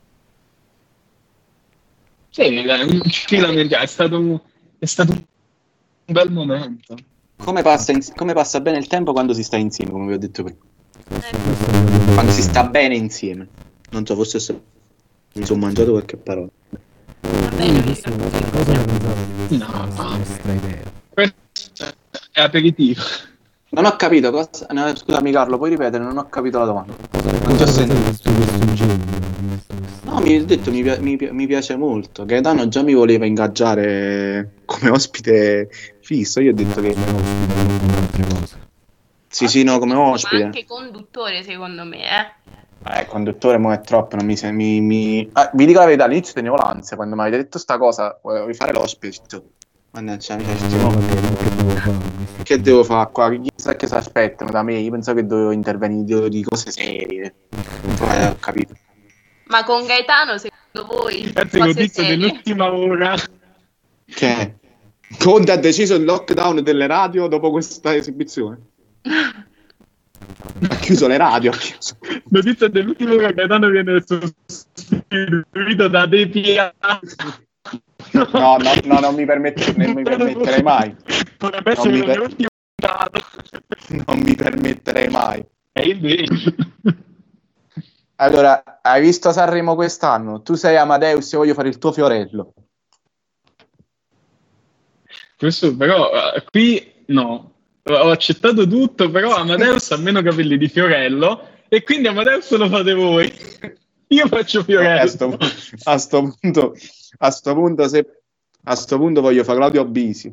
Sì, dai, è stato un bel momento. Come passa bene il tempo quando si sta insieme, come vi ho detto prima. Quando si sta bene insieme. Non so, forse mi sono mangiato qualche parola. Questa cosa ne pensavo di questa nostra idea. Questo è aperitivo. Non ho capito cosa. No, scusami Carlo, puoi ripetere? Non ho capito la domanda. Non ti ho sentito. questo ingegno. No, mi hai detto mi piace molto. Gaetano già mi voleva ingaggiare come ospite fisso. Io ho detto che altre cose. sì, no, come Ma ospite. anche conduttore, secondo me, Conduttore, mo è troppo. Non vi dico la verità, all'inizio tenevo l'ansia. Quando mi avete detto sta cosa, vuoi fare l'ospite? Ho detto, mannaggia, che devo fare qua? Chissà che si aspettano da me. Io pensavo che dovevo intervenire di cose serie. Poi ho capito. Ma con Gaetano, secondo voi, Ragazzi, cose notizia serie? dell'ultima ora. Che Conte ha deciso il lockdown delle radio dopo questa esibizione. Ha chiuso le radio. Notizia dell'ultima ora, Gaetano viene sostituito da De Piano. No, non mi permetterei mai. Potrebbe essere Non mi per- l'ultima puntata. Non mi permetterei mai. E invece... Allora, hai visto Sanremo quest'anno? Tu sei Amadeus e voglio fare il tuo Fiorello. Questo però qui no. Ho accettato tutto, però Amadeus ha meno capelli di Fiorello e quindi Amadeus lo fate voi. Io faccio Fiorello. A sto punto voglio fare Claudio Bisi.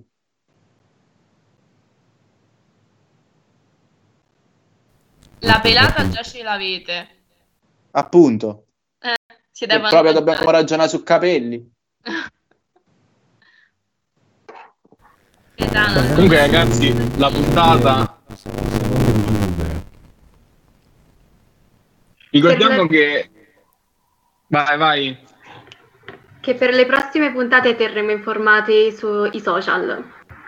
La pelata già ce l'avete. Appunto. Siete E proprio avvantaggiati. dobbiamo ragionare su capelli. Gaetano, Comunque ragazzi, la puntata... Ricordiamo che... Vai. Che per le prossime puntate terremo informati sui social.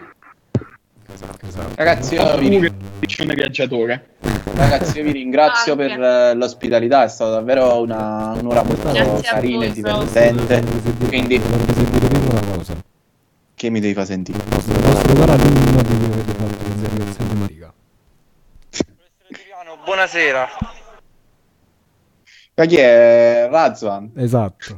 Ragazzi, Piccione viaggiatore. Ragazzi, io vi ringrazio Anche. per l'ospitalità, è stata davvero un'ora molto Grazie a carina voi, e divertente. Quindi, una cosa. che mi devi far sentire? Il vostro caro alunno di cui avete fatto l'interrogazione Marica. Buonasera. Ma chi è? Razvan? Esatto.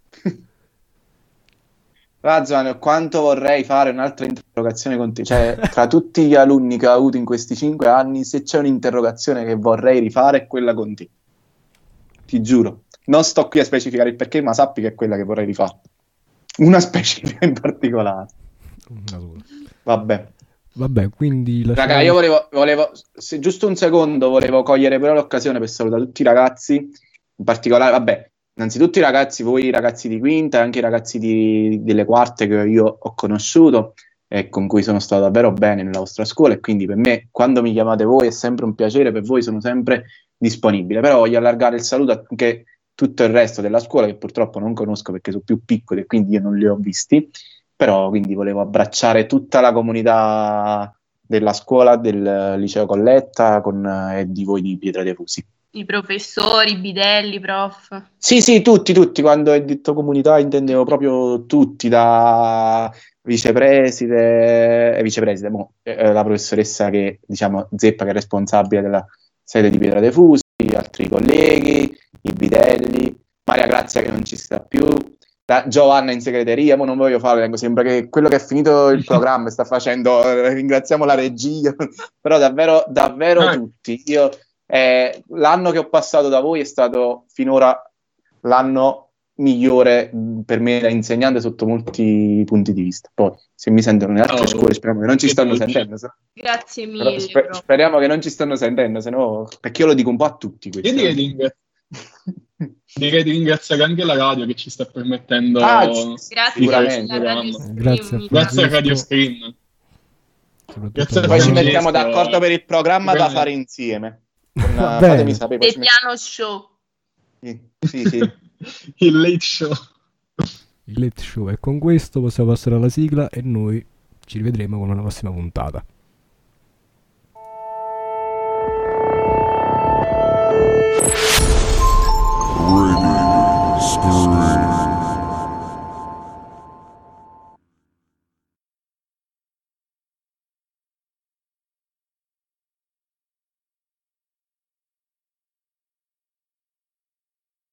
Razvan, quanto vorrei fare un'altra interrogazione con te. Cioè, tra tutti gli alunni che ho avuto in questi 5 anni, se c'è un'interrogazione che vorrei rifare è quella con te. Ti giuro. Non sto qui a specificare il perché, ma sappi che è quella che vorrei rifare. Una specifica in particolare. Una sola. Vabbè, quindi raga, io volevo giusto un secondo, volevo cogliere però l'occasione per salutare tutti i ragazzi, in particolare, vabbè, innanzitutto i ragazzi, voi ragazzi di quinta e anche i ragazzi delle quarte che io ho conosciuto e con cui sono stato davvero bene nella vostra scuola, e quindi per me, quando mi chiamate voi, è sempre un piacere, per voi sono sempre disponibile, però voglio allargare il saluto anche tutto il resto della scuola, che purtroppo non conosco perché sono più piccoli e quindi io non li ho visti. però quindi volevo abbracciare tutta la comunità della scuola, del liceo Colletta e di voi di Pietra dei Fusi. I professori, i bidelli, prof. Sì, tutti, quando ho detto comunità intendevo proprio tutti, da vicepreside, la professoressa che, diciamo, Zeppa, che è responsabile della sede di Pietra dei Fusi, altri colleghi, i bidelli, Maria Grazia che non ci sta più, Giovanna in segreteria. Ma non voglio fare, sembra che quello che è finito il programma sta facendo, ringraziamo la regia, però davvero tutti. Io l'anno che ho passato da voi è stato finora l'anno migliore per me da insegnante sotto molti punti di vista. Poi se mi sentono nelle altre scuole, speriamo che non ci stanno sentendo. Grazie mille. Speriamo che non ci stanno sentendo, se no, perché io lo dico un po' a tutti questo. Io direi di ringraziare anche la radio che ci sta permettendo. Sicuramente. Grazie a Radio Screen. Poi ci mettiamo d'accordo per il programma da fare insieme. Fatemi sapere. The Piano Show. Sì. Il Late Show. Il Late Show. E con questo possiamo passare alla sigla e noi ci rivedremo con una prossima puntata.